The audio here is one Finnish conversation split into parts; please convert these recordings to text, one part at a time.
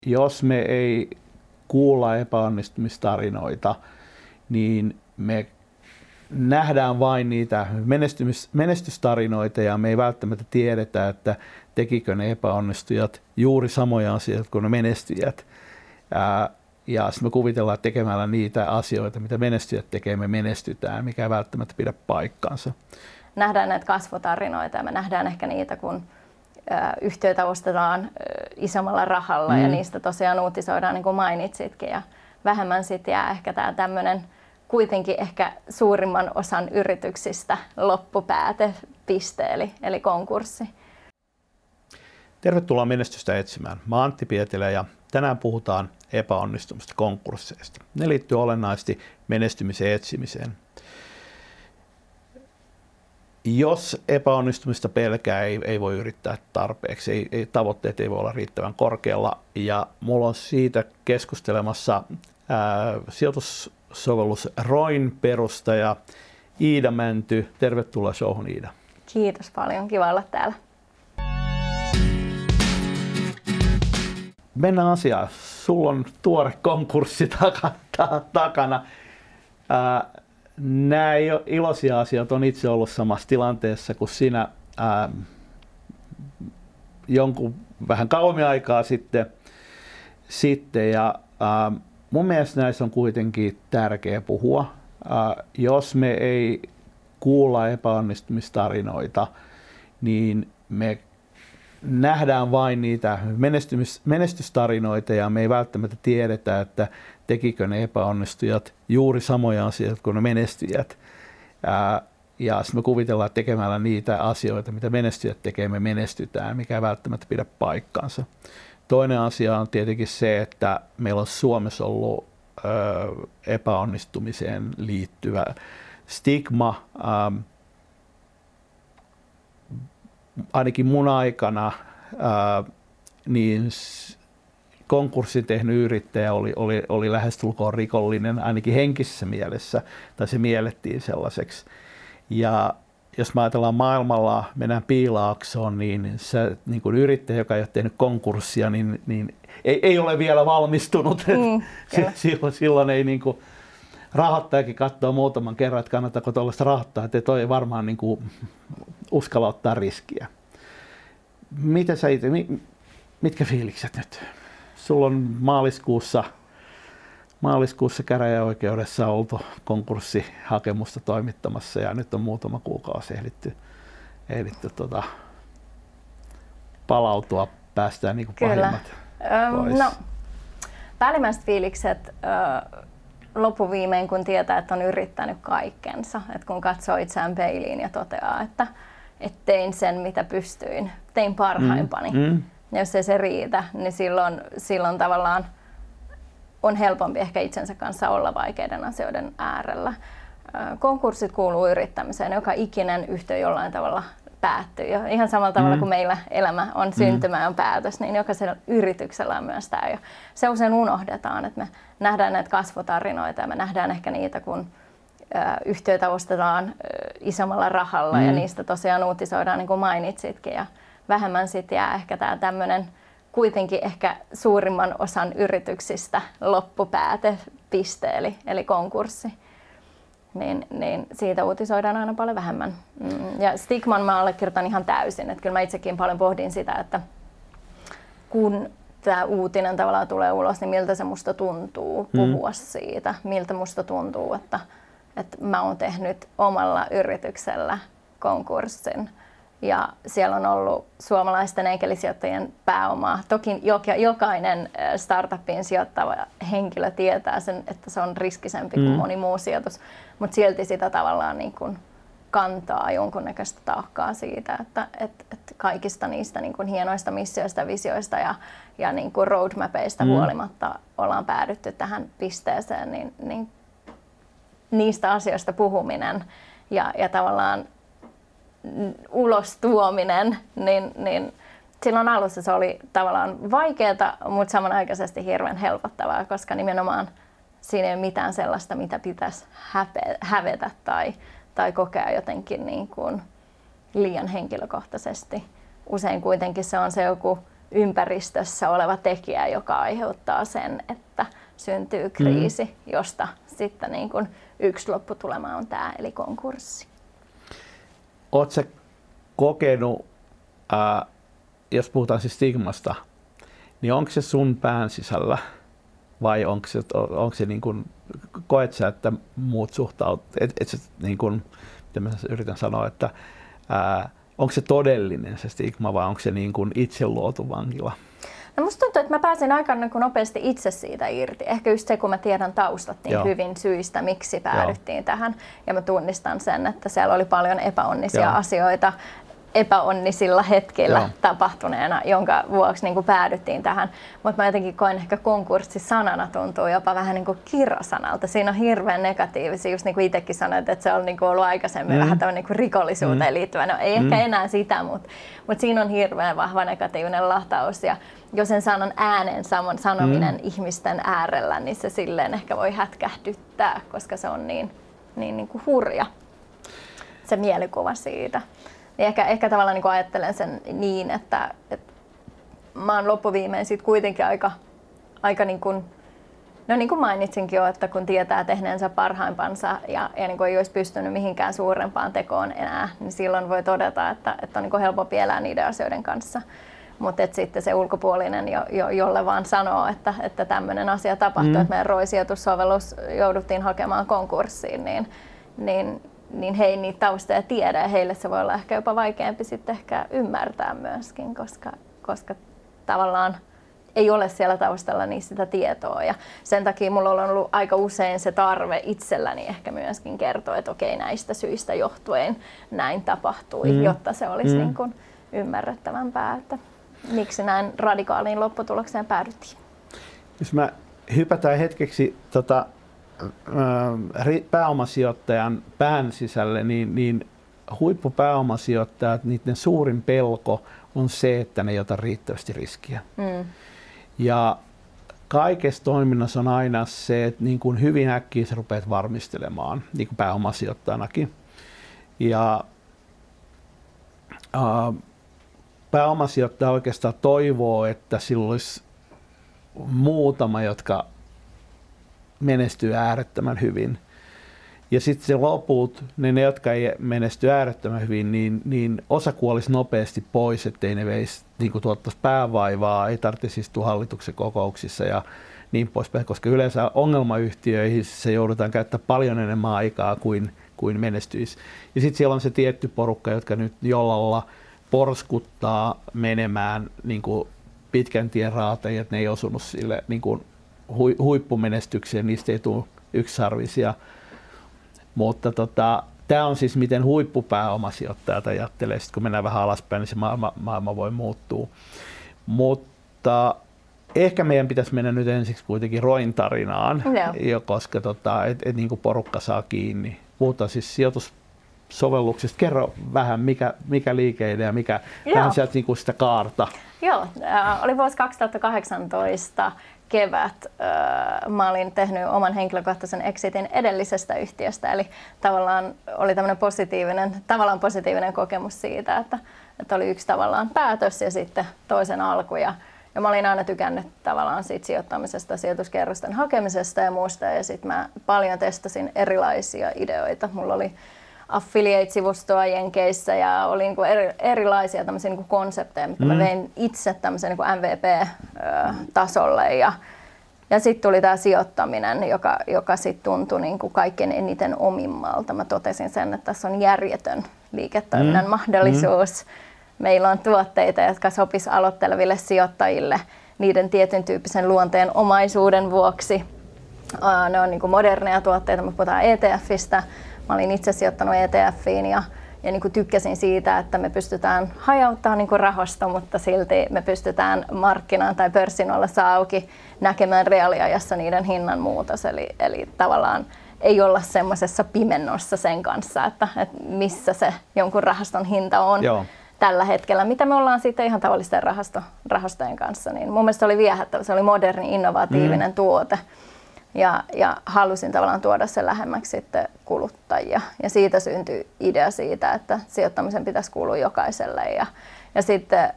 jos me ei kuulla epäonnistumistarinoita, niin me nähdään vain niitä menestystarinoita ja me ei välttämättä tiedetä, että tekikö ne epäonnistujat juuri samoja asioita kuin ne menestyjät. Ja sitten me kuvitellaan, että tekemällä niitä asioita, mitä menestyjät tekee, me menestytään, mikä ei välttämättä pidä paikkaansa. Nähdään näitä kasvutarinoita ja me nähdään ehkä niitä, kun yhtiöitä ostetaan isommalla rahalla ja niistä tosiaan uutisoidaan, niin kuin mainitsitkin. Ja vähemmän sitten jää ehkä tämä tämmöinen kuitenkin ehkä suurimman osan yrityksistä loppupäätepiste, eli konkurssi. Tervetuloa Menestystä etsimään. Mä oon Antti Pietilä ja tänään puhutaan epäonnistumista konkursseista. Ne liittyy olennaisesti menestymisen etsimiseen. Jos epäonnistumista pelkää, ei voi yrittää tarpeeksi, tavoitteet ei voi olla riittävän korkealla. Ja mulla on siitä keskustelemassa sijoitussovellus Roin perustaja Iida Mänty. Tervetuloa showhun, Iida. Kiitos paljon, kiva olla täällä. Mennään asiaan. Sulla on tuore konkurssi takana. Nämä iloisia asioita on itse ollut samassa tilanteessa kuin sinä jonkun vähän kauemmin aikaa sitten ja mun mielestä näissä on kuitenkin tärkeä puhua. Jos me ei kuulla epäonnistumistarinoita, niin me nähdään vain niitä menestystarinoita ja me ei välttämättä tiedetä, että tekikö ne epäonnistujat juuri samoja asioita kuin ne menestyjät. Ja sitten me kuvitellaan, että tekemällä niitä asioita, mitä menestyjät tekee, me menestytään, mikä ei välttämättä pidä paikkaansa. Toinen asia on tietenkin se, että meillä on Suomessa ollut epäonnistumiseen liittyvä stigma. Ainakin mun aikana niin konkurssin tehnyt yrittäjä oli lähestulkoon rikollinen, ainakin henkisessä mielessä, tai se miellettiin sellaiseksi. Ja jos me ajatellaan maailmalla, mennään piilaaksoon, niin se niin kuin yrittäjä, joka ei ole tehnyt konkurssia, niin ei ole vielä valmistunut. Silloin ei niin kuin, rahoittajakin katsoo muutaman kerran, että kannattaako tuollaista rahoittaa, että toi ei varmaan niin kuin uskalla ottaa riskiä. Mitä sä itse, mitkä fiilikset nyt? Sulla on maaliskuussa käräjäoikeudessa oltu konkurssihakemusta toimittamassa ja nyt on muutama kuukausi ehditty palautua, päästään niin kuin pahimmat pois. No, päällimmäiset fiilikset loppuviimein, kun tietää, että on yrittänyt kaikkensa, että kun katsoo itseään peiliin ja toteaa, että tein sen, mitä pystyin, tein parhaimpani. Ja jos ei se riitä, niin silloin tavallaan on helpompi ehkä itsensä kanssa olla vaikeiden asioiden äärellä. Konkurssit kuuluu yrittämiseen, joka ikinen yhtiö jollain tavalla päättyy. Ja ihan samalla tavalla kuin meillä elämä on syntymä ja on päätös, niin jokaisella yrityksellä on myös tämä. Ja se usein unohdetaan, että me nähdään näitä kasvutarinoita ja me nähdään ehkä niitä, kun yhtiöitä ostetaan isommalla rahalla ja niistä tosiaan uutisoidaan, niin kuin mainitsitkin. Ja vähemmän sitten jää ehkä tämä tämmöinen kuitenkin ehkä suurimman osan yrityksistä loppupäätepiste, eli konkurssi. Niin siitä uutisoidaan aina paljon vähemmän. Ja stigman mä allekirjoitan ihan täysin. Että kyllä mä itsekin paljon pohdin sitä, että kun tämä uutinen tavallaan tulee ulos, niin miltä se musta tuntuu puhua siitä. Miltä musta tuntuu, että mä oon tehnyt omalla yrityksellä konkurssin. Ja siellä on ollut suomalaisten enkelisijoittajien pääomaa. Toki jokainen startupiin sijoittava henkilö tietää sen, että se on riskisempi kuin moni muu sijoitus, mutta silti sitä tavallaan niin kuin kantaa jonkunnäköistä taakkaa siitä, että kaikista niistä niin kuin hienoista missioista, visioista ja niin kuin roadmapeista huolimatta ollaan päädytty tähän pisteeseen, niin niistä asioista puhuminen ja tavallaan ulos tuominen, niin silloin alussa se oli tavallaan vaikeaa, mutta samanaikaisesti hirveän helpottavaa, koska nimenomaan siinä ei ole mitään sellaista, mitä pitäisi hävetä tai kokea jotenkin niin kuin liian henkilökohtaisesti. Usein kuitenkin se on se joku ympäristössä oleva tekijä, joka aiheuttaa sen, että syntyy kriisi, josta sitten niin kuin yksi lopputulema on tämä, eli konkurssi. Oletko sä kokenut, jos puhutaan siis stigmasta, niin onko se sun pään sisällä vai onko se niin kuin, koet sä, että muut suhtautuu, niin kuin, miten mä yritän sanoa, että onko se todellinen se stigma vai onko se niin kuin itse luotu vankila? No musta tuntuu, että mä pääsin aika nopeasti itse siitä irti. Ehkä just se, kun mä tiedän taustat niin hyvin syistä, miksi päädyttiin tähän. Ja mä tunnistan sen, että siellä oli paljon epäonnisia asioita epäonnisilla hetkillä tapahtuneena, jonka vuoksi niin kuin päädyttiin tähän. Mutta mä jotenkin koen ehkä konkurssi-sanana tuntuu jopa vähän niin kuin kirrosanalta. Siinä on hirveän negatiivisia, just niin kuin itsekin sanoit, että se on niin kuin ollut aikaisemmin vähän tämmöinen niin kuin rikollisuuteen liittyvä. No ei ehkä enää sitä, mutta siinä on hirveän vahva negatiivinen lataus. Ja jos sen sanon ääneen sanominen ihmisten äärellä, niin se silleen ehkä voi hätkähdyttää, koska se on niin kuin hurja se mielikuva siitä. Ehkä tavallaan niin kuin ajattelen sen niin, että mä oon loppuviimein sit kuitenkin aika niin kuin, no niin kuin mainitsinkin jo, että kun tietää tehneensä parhaimpansa ja niin kuin ei olisi pystynyt mihinkään suurempaan tekoon enää, niin silloin voi todeta, että on niin kuin helpompi elää niiden asioiden kanssa. Mutta sitten se ulkopuolinen, jolle vaan sanoo, että tämmöinen asia tapahtui, että meidän ROI-sijoitussovellus jouduttiin hakemaan konkurssiin, niin he ei niitä taustoja tiedä ja heille se voi olla ehkä jopa vaikeampi sitten ehkä ymmärtää myöskin, koska tavallaan ei ole siellä taustalla niin sitä tietoa. Ja sen takia mulla on ollut aika usein se tarve itselläni ehkä myöskin kertoa, että okei, näistä syistä johtuen näin tapahtui, jotta se olisi niin kuin ymmärrettävämpää, että miksi näin radikaaliin lopputulokseen päädyttiin. Jos mä hypätään hetkeksi pääomasijoittajan pään sisälle, niin huippupääomasijoittajat, niiden suurin pelko on se, että ne ei ota riittävästi riskiä. Ja kaikessa toiminnassa on aina se, että niin kuin hyvin äkkiä sä rupeat varmistelemaan, niin kuin pääomasijoittajanakin. Ja pääomasijoittaja oikeastaan toivoo, että sillä olisi muutama, jotka menestyy äärettömän hyvin. Ja sitten se loput, ne jotka ei menesty äärettömän hyvin, niin osa kuolisi nopeasti pois, ettei ne veisi niin tuottaisi päävaivaa, ei tarvitsisi istua hallituksen kokouksissa ja niin poispäin, koska yleensä ongelmayhtiöihin se joudutaan käyttämään paljon enemmän aikaa kuin menestyisi. Ja sitten siellä on se tietty porukka, jotka nyt jollalla porskuttaa menemään niin kuin pitkän tien raateen, että ne ei osunut sille niin kuin huippumenestykseen, niistä ei tule yksisarvisia. Mutta tämä on siis miten huippupääomasijoittajat ajattelee, sit kun mennään vähän alaspäin, niin se maailma voi muuttua. Mutta ehkä meidän pitäisi mennä nyt ensiksi kuitenkin ROIn tarinaan, koska et niin kuin porukka saa kiinni. Puhutaan siis sijoitussovelluksista. Kerro vähän, mikä liikeidea, mikä vähän sieltä niin kuin sitä kaarta. Joo, oli vuosi 2018 kevät. Mä olin tehnyt oman henkilökohtaisen exitin edellisestä yhtiöstä, eli tavallaan oli tämmöinen positiivinen kokemus siitä, että oli yksi tavallaan päätös ja sitten toisen alku. Ja mä olin aina tykännyt tavallaan siitä sijoittamisesta, sijoituskerrosten hakemisesta ja muusta, ja sitten mä paljon testasin erilaisia ideoita. Mulla oli affiliate-sivustoa Jenkeissä ja oli niin kuin erilaisia tämmöisiä niin kuin konsepteja, mitä mä vein itse tämmöisen niin kuin MVP-tasolle. Ja sitten tuli tämä sijoittaminen, joka sitten tuntui niin kuin kaikkein eniten omimmalta. Mä totesin sen, että tässä on järjetön liiketoiminnan mahdollisuus. Meillä on tuotteita, jotka sopis aloitteleville sijoittajille niiden tietyn tyyppisen luonteen omaisuuden vuoksi. Ne on niin kuin moderneja tuotteita, me puhutaan ETFistä. Mä olin itse sijoittanut ETFiin ja niin kuin tykkäsin siitä, että me pystytään hajauttamaan niin kuin rahasto, mutta silti me pystytään markkinan tai pörssin ollessa auki näkemään reaaliajassa niiden hinnan muutos. Eli tavallaan ei olla semmoisessa pimennossa sen kanssa, että missä se jonkun rahaston hinta on tällä hetkellä, mitä me ollaan sitten ihan tavallisten rahastojen kanssa. Niin mun mielestä oli viehättävä, se oli moderni, innovatiivinen tuote. Ja halusin tavallaan tuoda sen lähemmäksi sitten kuluttajia. Ja siitä syntyi idea siitä, että sijoittamisen pitäisi kuulua jokaiselle. Ja sitten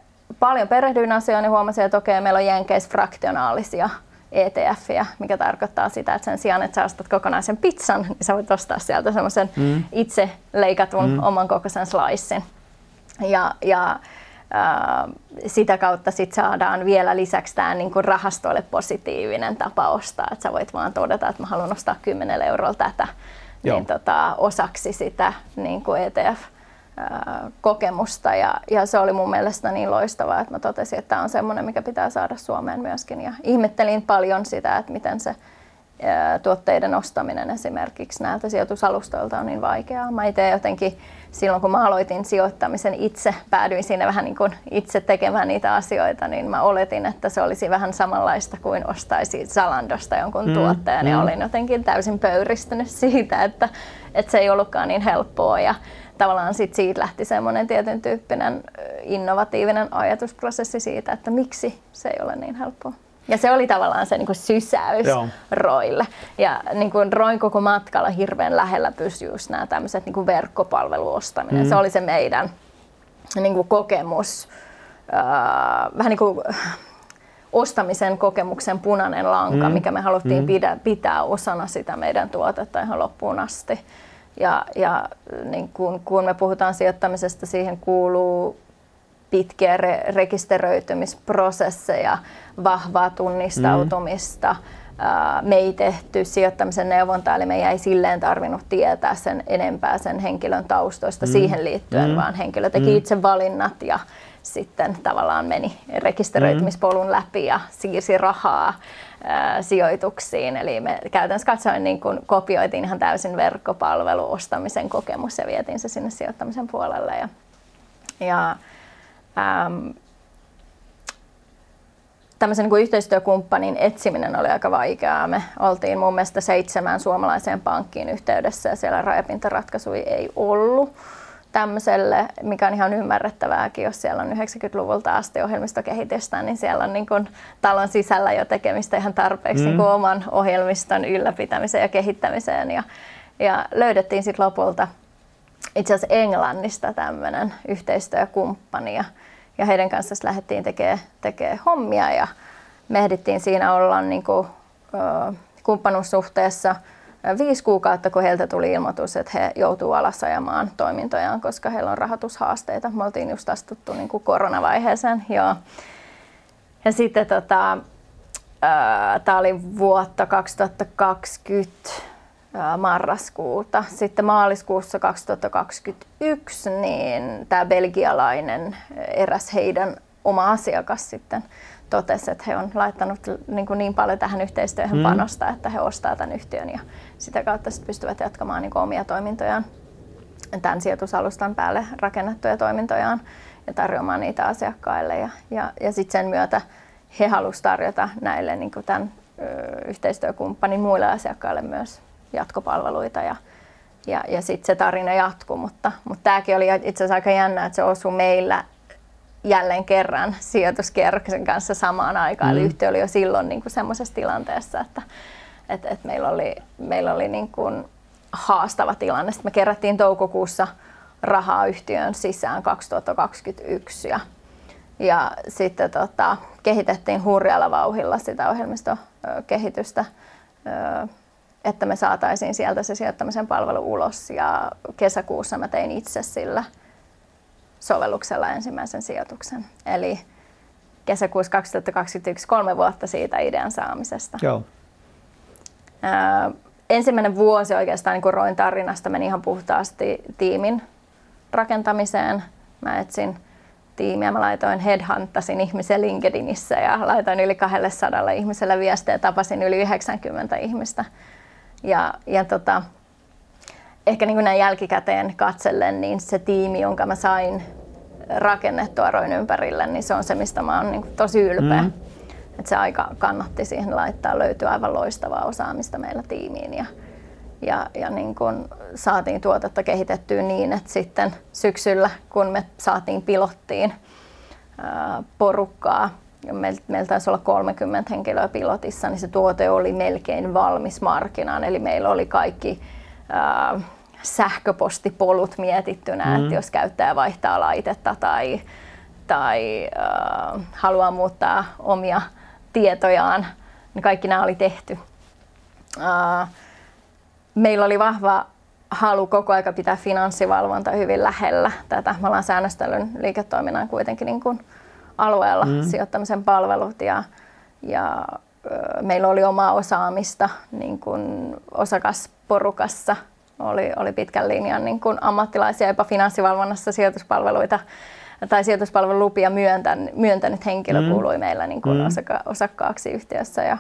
paljon perehdyin asioihin ja huomasin, että okei, meillä on Jenkeissä fraktionaalisia ETF:iä, mikä tarkoittaa sitä, että sen sijaan, että sä ostat kokonaisen pizzan, niin sä voit ostaa sieltä semmoisen itse leikatun oman kokoisen slicein. Ja sitä kautta sit saadaan vielä lisäksi tämä niinku rahastoille positiivinen tapa ostaa, että sä voit vaan todeta, että mä haluan ostaa 10 € tätä niin osaksi sitä niinku ETF-kokemusta ja se oli mun mielestä niin loistavaa, että mä totesin, että tämä on semmoinen, mikä pitää saada Suomeen myöskin ja ihmettelin paljon sitä, että miten se tuotteiden ostaminen esimerkiksi näiltä sijoitusalustoilta on niin vaikeaa. Mä itse jotenkin silloin, kun mä aloitin sijoittamisen itse, päädyin siinä vähän niin kuin itse tekemään niitä asioita, niin mä oletin, että se olisi vähän samanlaista kuin ostaisi Zalandosta jonkun tuotteen ja olin jotenkin täysin pöyristynyt siitä, että se ei ollutkaan niin helppoa ja tavallaan siitä lähti semmoinen tietyn tyyppinen innovatiivinen ajatusprosessi siitä, että miksi se ei ole niin helppoa. Ja se oli tavallaan se niin kuin sysäys Roille. Ja niin kuin Roin koko matkalla hirveän lähellä pysyi just nämä tämmöiset niin kuin verkkopalveluostaminen. Se oli se meidän niin kuin kokemus, vähän niin kuin ostamisen kokemuksen punainen lanka, mikä me haluttiin pitää osana sitä meidän tuotetta ihan loppuun asti. Ja niin kun me puhutaan sijoittamisesta, siihen kuuluu pitkiä rekisteröitymisprosesseja, vahvaa tunnistautumista. Me ei tehty sijoittamisen neuvontaa, eli me ei silleen tarvinnut tietää sen enempää sen henkilön taustoista siihen liittyen, vaan henkilö teki itse valinnat ja sitten tavallaan meni rekisteröitymispolun läpi ja siirsi rahaa sijoituksiin. Eli me käytännössä katsoen niin kun kopioitiin ihan täysin verkkopalveluostamisen kokemus ja vietiin se sinne sijoittamisen puolelle. Tämmöisen niin kuin yhteistyökumppanin etsiminen oli aika vaikeaa. Me oltiin mun mielestä 7 suomalaiseen pankkiin yhteydessä ja siellä rajapintaratkaisuja ei ollut tämmöiselle, mikä on ihan ymmärrettävääkin, jos siellä on 90-luvulta asti ohjelmistokehitystä, niin siellä on niin kuin talon sisällä jo tekemistä ihan tarpeeksi niin kuin oman ohjelmiston ylläpitämiseen ja kehittämiseen. Ja löydettiin sitten lopulta itse asiassa Englannista tämmöinen yhteistyökumppani ja heidän kanssa lähdettiin tekemään hommia ja me ehdittiin siinä olla niin kuin, kumppanuussuhteessa 5 kuukautta, kun heiltä tuli ilmoitus, että he joutuu alasajamaan toimintojaan, koska heillä on rahoitushaasteita. Me oltiin just astuttu niin kuin koronavaiheeseen. Joo. Ja sitten tämä oli vuotta 2020 marraskuuta. Sitten maaliskuussa 2021 niin tämä belgialainen eräs heidän oma asiakas sitten totesi, että he on laittanut niin paljon tähän yhteistyöhön panosta, että he ostaa tämän yhtiön ja sitä kautta sitten pystyvät jatkamaan niin omia toimintojaan, tämän sijoitusalustan päälle rakennettuja toimintojaan ja tarjoamaan niitä asiakkaille. Ja sitten sen myötä he halusivat tarjota näille niin tämän yhteistyökumppanin muille asiakkaille myös jatkopalveluita ja sitten se tarina jatkuu, mutta tämäkin oli itse asiassa aika jännä, että se osui meillä jälleen kerran sijoituskierroksen kanssa samaan aikaan. Eli yhtiö oli jo silloin niin kuin semmoisessa tilanteessa, että meillä oli niin kuin haastava tilanne. Sitten me kerättiin toukokuussa rahaa yhtiön sisään 2021 ja sitten kehitettiin hurjalla vauhdilla sitä ohjelmistokehitystä, että me saataisiin sieltä se sijoittamisen palvelu ulos ja kesäkuussa mä tein itse sillä sovelluksella ensimmäisen sijoituksen. Eli kesäkuussa 2021, 3 vuotta siitä idean saamisesta. Joo. Ensimmäinen vuosi oikeastaan niin Roin tarinasta meni ihan puhtaasti tiimin rakentamiseen. Mä etsin tiimiä, mä headhuntasin ihmisiä LinkedInissä ja laitoin yli 200 ihmiselle viestejä, tapasin yli 90 ihmistä. Ehkä niin kuin näin jälkikäteen katsellen, niin se tiimi, jonka mä sain rakennettua Roin ympärille, niin se on se, mistä mä oon niin kuin tosi ylpeä. Että se aika kannatti siihen laittaa, löytyi aivan loistavaa osaamista meillä tiimiin. Ja niin kun saatiin tuotetta kehitettyä niin, että sitten syksyllä, kun me saatiin pilottiin porukkaa, meillä taisi olla 30 henkilöä pilotissa, niin se tuote oli melkein valmis markkinaan. Eli meillä oli kaikki sähköpostipolut mietittynä, että jos käyttäjä vaihtaa laitetta tai tai haluaa muuttaa omia tietojaan, niin kaikki nämä oli tehty. Meillä oli vahva halu koko aika pitää finanssivalvonta hyvin lähellä tätä. Me ollaan säännöstelyn liiketoiminnan kuitenkin niin kuin alueella sijoittamisen palvelut ja meillä oli omaa osaamista niin kuin osakasporukassa. Oli pitkän linjan niin kuin ammattilaisia jopa finanssivalvonnassa sijoituspalveluita tai sijoituspalvelulupia myöntänyt henkilö kuului meillä niin kuin osakkaaksi yhtiössä.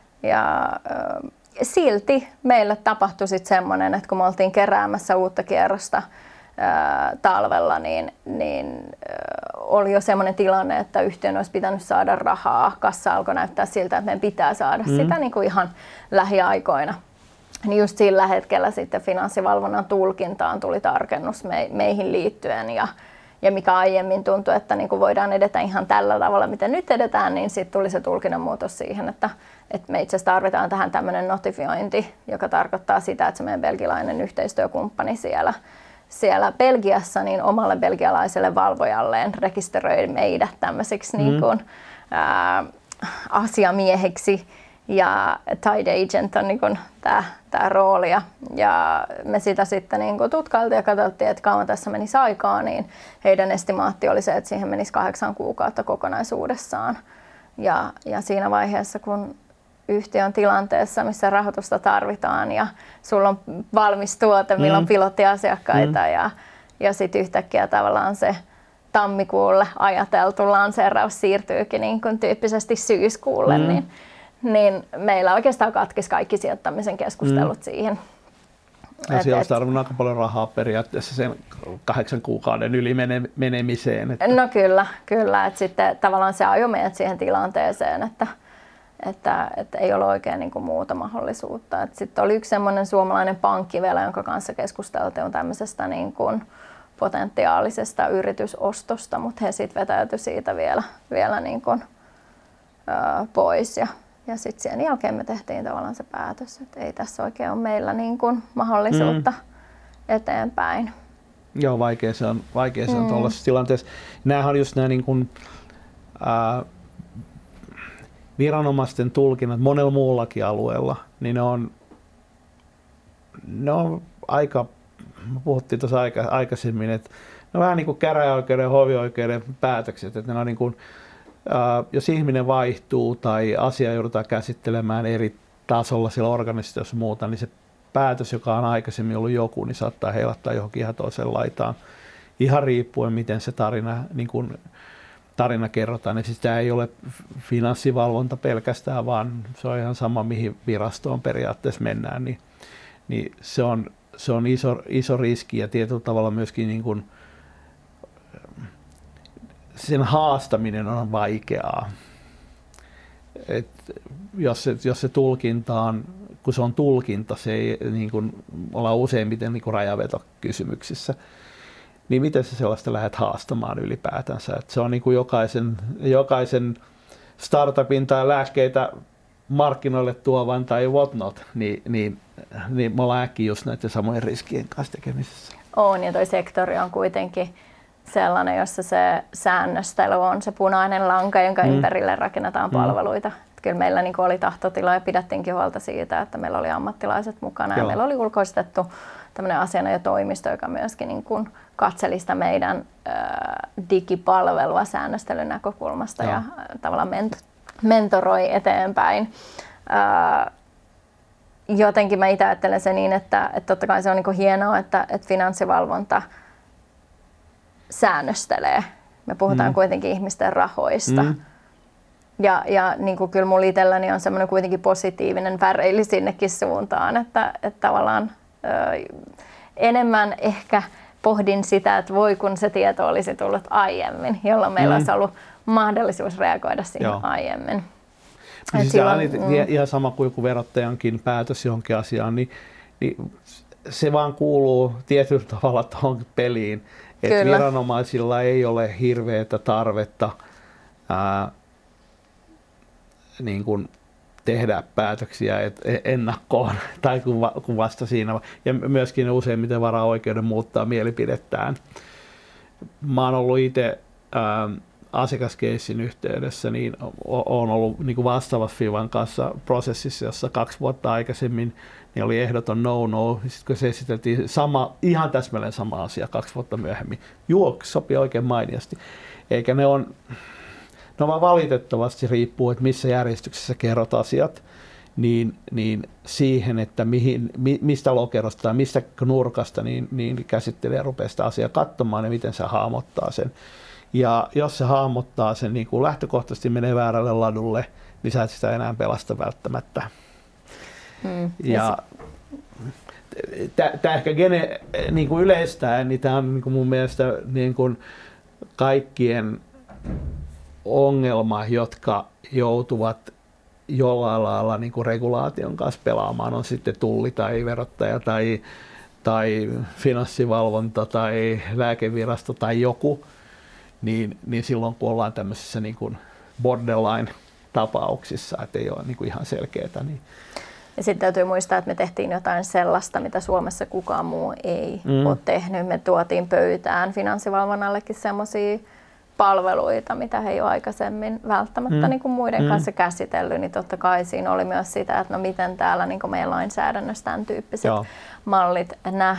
Silti meille tapahtui sitten semmoinen, että kun me oltiin keräämässä uutta kierrosta talvella, niin oli jo semmoinen tilanne, että yhtiön olisi pitänyt saada rahaa. Kassa alkoi näyttää siltä, että meidän pitää saada sitä niin kuin ihan lähiaikoina. Niin just sillä hetkellä sitten finanssivalvonnan tulkintaan tuli tarkennus meihin liittyen ja mikä aiemmin tuntui, että niin kuin voidaan edetä ihan tällä tavalla, miten nyt edetään, niin sitten tuli se tulkinnan muutos siihen, että me itse asiassa tarvitaan tähän tämmöinen notifiointi, joka tarkoittaa sitä, että se meidän belgialainen yhteistyökumppani siellä Belgiassa niin omalle belgialaiselle valvojalleen rekisteröi meidät tämmöisiksi niin kuin, asiamieheksi. Ja tied agent on niin tämä rooli ja me sitä sitten niin tutkailtiin ja katsottiin, että kauan tässä menisi aikaa, niin heidän estimaatti oli se, että siihen menisi 8 kuukautta kokonaisuudessaan. Ja siinä vaiheessa, kun yhtiö on tilanteessa, missä rahoitusta tarvitaan ja sulla on valmis tuote, millä on pilottiasiakkaita ja sitten yhtäkkiä tavallaan se tammikuulle ajateltu lanseeraus siirtyykin niin kuin tyyppisesti syyskuulle, niin meillä oikeastaan katkesi kaikki sijoittamisen keskustelut siihen. Ja siellä olisi tarvinnut aika paljon rahaa periaatteessa sen 8 kuukauden yli menemiseen. Että. No kyllä. Että sitten tavallaan se ajoi meidät siihen tilanteeseen, että ei ole oikein niin kuin muuta mahdollisuutta. Sitten oli yksi semmoinen suomalainen pankki vielä, jonka kanssa keskusteltiin tämmöisestä niin kuin potentiaalisesta yritysostosta, mutta he sitten vetäytyi siitä vielä niin kuin, pois. Ja sitten sen jälkeen me tehtiin tavallaan se päätös, että ei tässä oikein ole meillä niin kuin mahdollisuutta eteenpäin. Joo, vaikea se on tuollaisessa tilanteessa. Nämähän on just nämä niin kuin, viranomaisten tulkinnat monella muullakin alueella, niin ne on aika, puhuttiin tuossa aikaisemmin, että ne on vähän niin kuin käräjäoikeuden ja hovioikeuden päätökset, että ne on niin kuin, jos ihminen vaihtuu tai asia joudutaan käsittelemään eri tasolla siellä organisaatiossa muuta, niin se päätös, joka on aikaisemmin ollut joku, niin saattaa heilattaa johonkin ihan toiseen laitaan. Ihan riippuen, miten se tarina kerrotaan. Ja siis tämä ei ole finanssivalvonta pelkästään, vaan se on ihan sama, mihin virastoon periaatteessa mennään. Niin se on iso riski ja tietyllä tavalla myöskin niin kuin sen haastaminen on vaikeaa. Et jos se tulkinta on, kun se on tulkinta, se ei niin kuin, ollaan useimmiten niin kuin rajavetokysymyksissä, niin miten sä sellaista lähdet haastamaan ylipäätänsä? Et se on niin kuin jokaisen startupin tai lääkkeitä markkinoille tuovan tai whatnot, niin me ollaan äkkiä just näiden samojen riskien kanssa tekemisessä. On, ja toi sektori on kuitenkin sellainen, jossa se säännöstely on se punainen lanka, jonka ympärille rakennetaan palveluita. Kyllä meillä niin oli tahtotila ja pidettiinkin huolta siitä, että meillä oli ammattilaiset mukana. Ja meillä oli ulkoistettu tämmöinen asianajotoimisto, joka myöskin niin kuin katseli sitä meidän digipalvelua säännöstelyn näkökulmasta ja tavallaan mentoroi eteenpäin. Jotenkin mä itse ajattelen se niin, että totta kai se on niin kuin hienoa, että finanssivalvonta säännöstelee. Me puhutaan kuitenkin ihmisten rahoista. Ja niin kuin kyllä mulla itselläni on semmoinen kuitenkin positiivinen väreili sinnekin suuntaan, että tavallaan enemmän ehkä pohdin sitä, että voi kun se tieto olisi tullut aiemmin, jolloin meillä olisi ollut mahdollisuus reagoida siihen aiemmin. Siis silloin, ihan sama kuin verottajankin päätös johonkin asiaan, niin se vaan kuuluu tietyllä tavalla tuohon peliin. Että viranomaisilla ei ole hirveätä tarvetta niin kuin tehdä päätöksiä ennakkoon tai kun vasta siinä. Ja myöskin useimmiten varaa oikeuden muuttaa mielipidettään. Mä oon ollut itse asiakaskeissin yhteydessä, niin olen ollut niin kuin vastaava firman kanssa prosessissa, jossa 2 vuotta aikaisemmin niin oli ehdoton no-no. Sitten kun se esiteltiin ihan täsmälleen sama asia 2 vuotta myöhemmin, sopii oikein mainiosti. Eikä ne vaan valitettavasti riippuu, että missä järjestyksessä kerrot asiat, niin siihen, että mistä lokerosta tai mistä nurkasta niin käsittelee rupeaa sitä asiaa katsomaan ja miten se hahmottaa sen. Ja jos se hahmottaa sen niin kuin lähtökohtaisesti menee väärälle ladulle, niin sä et sitä enää pelasta välttämättä. Ja tämä ehkä niin kuin yleistään, niin tämä on niin kuin mun mielestä niin kuin kaikkien ongelma, jotka joutuvat jollain lailla niin kuin regulaation kanssa pelaamaan, on sitten tulli tai verottaja tai finanssivalvonta tai lääkevirasto tai joku, niin silloin kun ollaan tämmöisissä niin kuin borderline-tapauksissa, että ei ole niin kuin ihan selkeää. Niin. Ja sitten täytyy muistaa, että me tehtiin jotain sellaista, mitä Suomessa kukaan muu ei ole tehnyt. Me tuotiin pöytään finanssivalvonnallekin semmoisia palveluita, mitä he ei ole aikaisemmin välttämättä niin kuin muiden kanssa käsitellyt, niin totta kai siinä oli myös sitä, että no miten täällä niin kuin meidän lainsäädännössä tämän tyyppiset mallit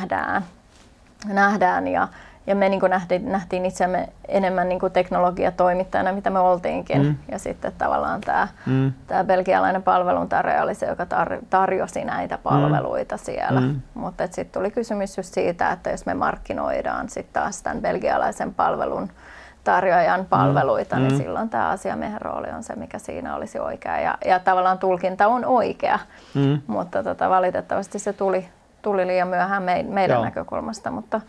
nähdään ja me niin kuin nähtiin itseämme enemmän niin kuin teknologiatoimittajana, mitä me oltiinkin. Ja sitten tavallaan tämä belgialainen palveluntarjoaja oli se, joka tarjosi näitä palveluita siellä. Mutta sitten tuli kysymys just siitä, että jos me markkinoidaan sitten taas tämän belgialaisen palvelun tarjoajan palveluita, niin silloin tämä asiamiehen rooli on se, mikä siinä olisi oikea. Ja tavallaan tulkinta on oikea, mutta valitettavasti se tuli liian myöhään meidän näkökulmasta.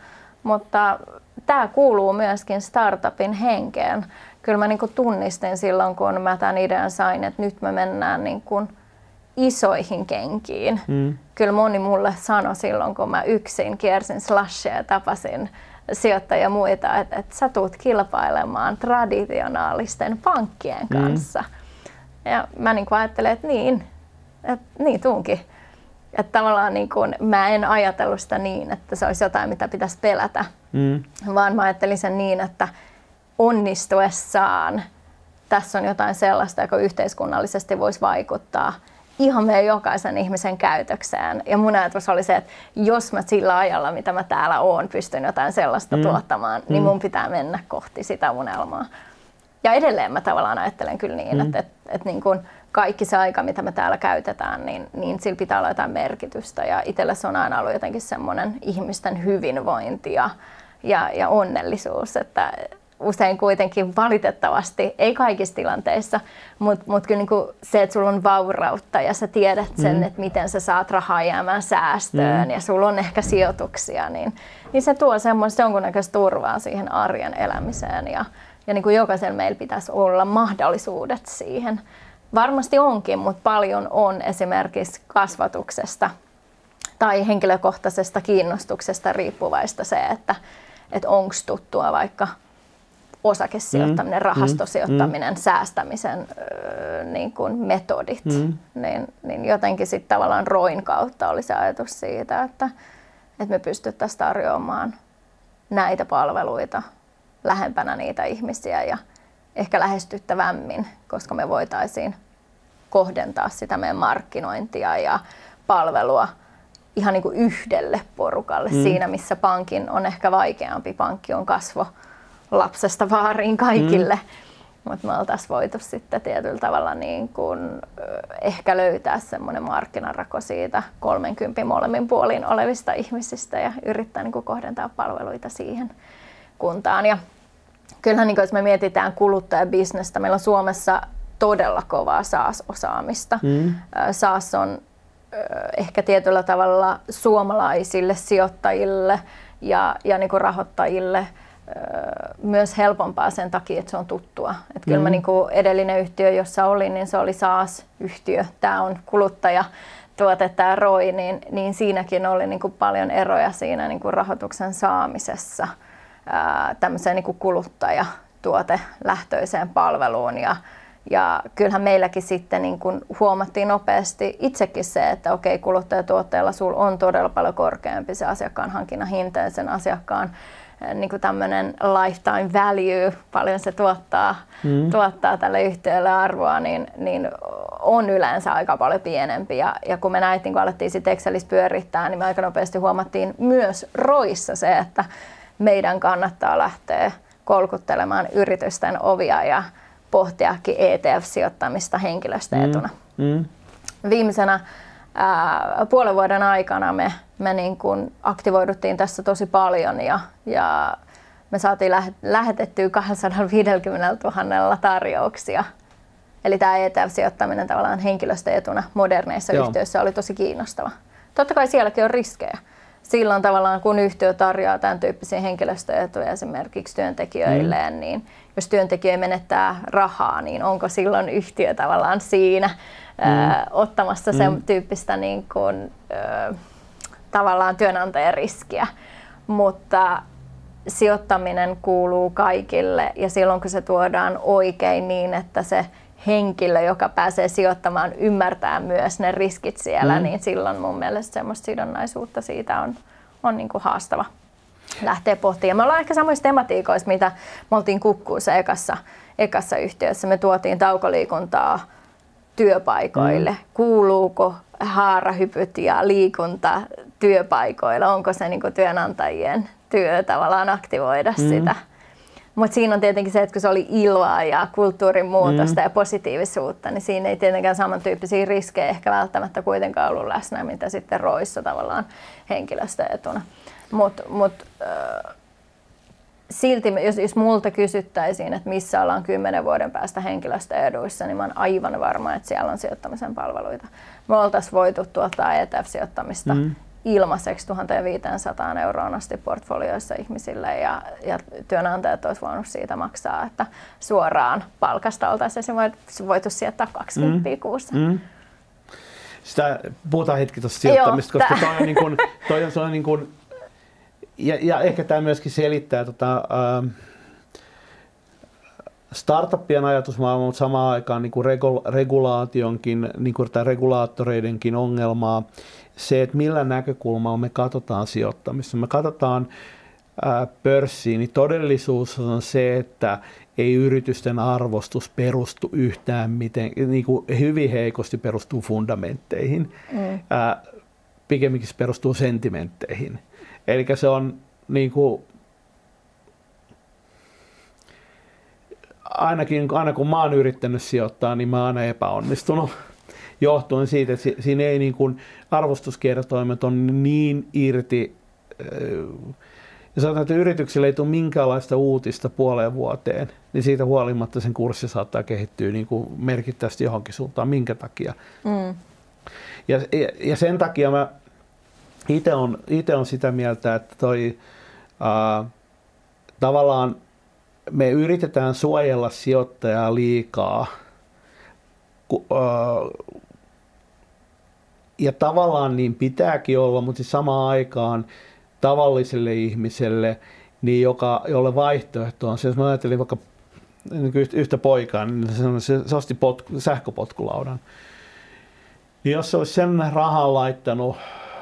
Mutta tämä kuuluu myöskin startupin henkeen. Kyllä mä niinku tunnistin silloin, kun mä tämän idean sain, että nyt me mennään niinku isoihin kenkiin. Kyllä moni mulle sanoi silloin, kun mä yksin kiersin Slushia ja tapasin sijoittajia ja muita, että sä tulet kilpailemaan traditionaalisten pankkien kanssa. Ja mä niin kuin ajattelen, että niin tuunkin. Että tavallaan niin kuin, mä en ajatellut sitä niin, että se olisi jotain, mitä pitäisi pelätä, vaan mä ajattelin sen niin, että onnistuessaan tässä on jotain sellaista, joka yhteiskunnallisesti voisi vaikuttaa ihan meidän jokaisen ihmisen käytökseen. Ja mun ajatus oli se, että jos mä sillä ajalla, mitä mä täällä oon, pystyn jotain sellaista tuottamaan, niin mun pitää mennä kohti sitä unelmaa. Ja edelleen mä tavallaan ajattelen kyllä niin, että niin kun kaikki se aika, mitä me täällä käytetään, niin sillä pitää olla jotain merkitystä. Ja itselle se on aina ollut jotenkin semmoinen ihmisten hyvinvointi ja onnellisuus, että usein kuitenkin valitettavasti, ei kaikissa tilanteissa, mutta kyllä niinku se, että sulla on vaurautta ja sä tiedät sen, että miten sä saat rahaa jäämään säästöön ja sulla on ehkä sijoituksia, niin se tuo semmoista jonkunnäköistä turvaa siihen arjen elämiseen ja niin kuin jokaisella meillä pitäisi olla mahdollisuudet siihen. Varmasti onkin, mutta paljon on esimerkiksi kasvatuksesta tai henkilökohtaisesta kiinnostuksesta riippuvaista se, että onko tuttua vaikka osakesijoittaminen, rahastosijoittaminen, säästämisen niin kuin metodit, niin jotenkin sitten tavallaan ROIn kautta oli se ajatus siitä, että me pystyttäisiin tarjoamaan näitä palveluita lähempänä niitä ihmisiä ja ehkä lähestyttävämmin, koska me voitaisiin kohdentaa sitä meidän markkinointia ja palvelua ihan niin kuin yhdelle porukalle siinä, missä pankin on ehkä vaikeampi. Pankki on kasvo lapsesta vaariin kaikille, mutta me oltaisiin voitu sitten tietyllä tavalla niin kuin, ehkä löytää semmoinen markkinarako siitä 30 molemmin puolin olevista ihmisistä ja yrittää niin kuin kohdentaa palveluita siihen kuntaan. Ja kyllähän niin kuin, jos me mietitään kuluttajabisnestä, meillä on Suomessa todella kovaa SaaS-osaamista. SaaS on ehkä tietyllä tavalla suomalaisille sijoittajille ja niin kuin rahoittajille myös helpompaa sen takia, että se on tuttua. Että kyllä mä niin kuin edellinen yhtiö, jossa olin, niin se oli SaaS-yhtiö. Tämä on kuluttajatuote, tämä ROI, niin siinäkin oli niin kuin paljon eroja siinä niin kuin rahoituksen saamisessa tämmöiseen niin kuin kuluttajatuotelähtöiseen palveluun. Ja kyllähän meilläkin sitten niin kun huomattiin nopeasti itsekin se, että okei, kuluttajatuotteella sulla on todella paljon korkeampi se asiakkaan hankinnan hinta ja sen asiakkaan niin kuin tämmöinen lifetime value, paljon se tuottaa tälle yhtiölle arvoa, niin on yleensä aika paljon pienempi. Ja kun me näitä niin kun alettiin sitten Excelissä pyörittää, niin me aika nopeasti huomattiin myös ROIssa se, että meidän kannattaa lähteä kolkuttelemaan yritysten ovia ja pohtiakin ETF-sijoittamista henkilöstöetuna. Viimeisenä puolen vuoden aikana me niin kuin aktivoiduttiin tässä tosi paljon ja me saatiin lähetettyä 250 000 tarjouksia. Eli tämä ETF-sijoittaminen tavallaan henkilöstöetuna moderneissa yhtiöissä oli tosi kiinnostava. Totta kai sielläkin on riskejä. Silloin tavallaan kun yhtiö tarjoaa tämän tyyppisiä henkilöstöetuja esimerkiksi työntekijöilleen, niin jos työntekijä menettää rahaa, niin onko silloin yhtiö tavallaan siinä ottamassa sen tyyppistä niin kuin, tavallaan työnantajan riskiä. Mutta sijoittaminen kuuluu kaikille ja silloin kun se tuodaan oikein niin, että se henkilö, joka pääsee sijoittamaan, ymmärtää myös ne riskit siellä, niin silloin mun mielestä semmoista sidonnaisuutta siitä on niin kuin haastava lähteä pohtimaan. Ja me ollaan ehkä samoissa tematiikoissa, mitä me oltiin Kukkuussa ekassa yhtiössä. Me tuotiin taukoliikuntaa työpaikoille. Kuuluuko haarahypyt ja liikunta työpaikoille? Onko se niin kuin työnantajien työ tavallaan aktivoida sitä? Mutta siinä on tietenkin se, että kun se oli iloa ja kulttuurin muutosta ja positiivisuutta, niin siinä ei tietenkään samantyyppisiä riskejä ehkä välttämättä kuitenkaan ollut läsnä, mitä sitten ROIssa tavallaan henkilöstöetuna. Mut silti, jos multa kysyttäisiin, että missä ollaan 10 vuoden päästä henkilöstöeduissa, niin mä oon aivan varma, että siellä on sijoittamisen palveluita. Me oltaisiin voitu tuottaa ETF-sijoittamista ilmaiseksi 1 500 euroon asti portfolioissa ihmisille ja työnantajat olisi voinut siitä maksaa, että suoraan palkasta oltaisiin voitu sijoittaa 20 kuussa. Sitä puhutaan hetki tuosta sijoittamista, koska toi on niin kuin, ja ehkä tämä myöskin selittää startuppien ajatusmaailmaa, mutta samaan aikaan niin kuin regulaationkin, niin kuin regulaattoreidenkin ongelmaa. Se, että millä näkökulmalla me katsotaan sijoittamista. Me katsotaan pörssiin, niin todellisuus on se, että ei yritysten arvostus perustu yhtään miten, niin kuin hyvin heikosti perustuu fundamentteihin. Pikemminkin se perustuu sentimentteihin. Eli se on niin kuin, aina kun mä oon yrittänyt sijoittaa, niin mä oon aina epäonnistunut. Johtuen siitä, että siinä ei niin kuin arvostuskertoimet on niin irti. Ja sanotaan, että yrityksille ei tule minkäänlaista uutista puoleen vuoteen, niin siitä huolimatta sen kurssi saattaa kehittyä niin kuin merkittävästi johonkin suuntaan. Minkä takia? Ja sen takia mä itse on sitä mieltä, että tavallaan me yritetään suojella sijoittajaa liikaa. Ja tavallaan niin pitääkin olla, mutta siis samaan aikaan tavalliselle ihmiselle, niin jolle vaihtoehto on se, jos mä ajattelin vaikka yhtä poikaa, niin se osti sähköpotkulaudan. Niin jos se olisi sen rahan laittanut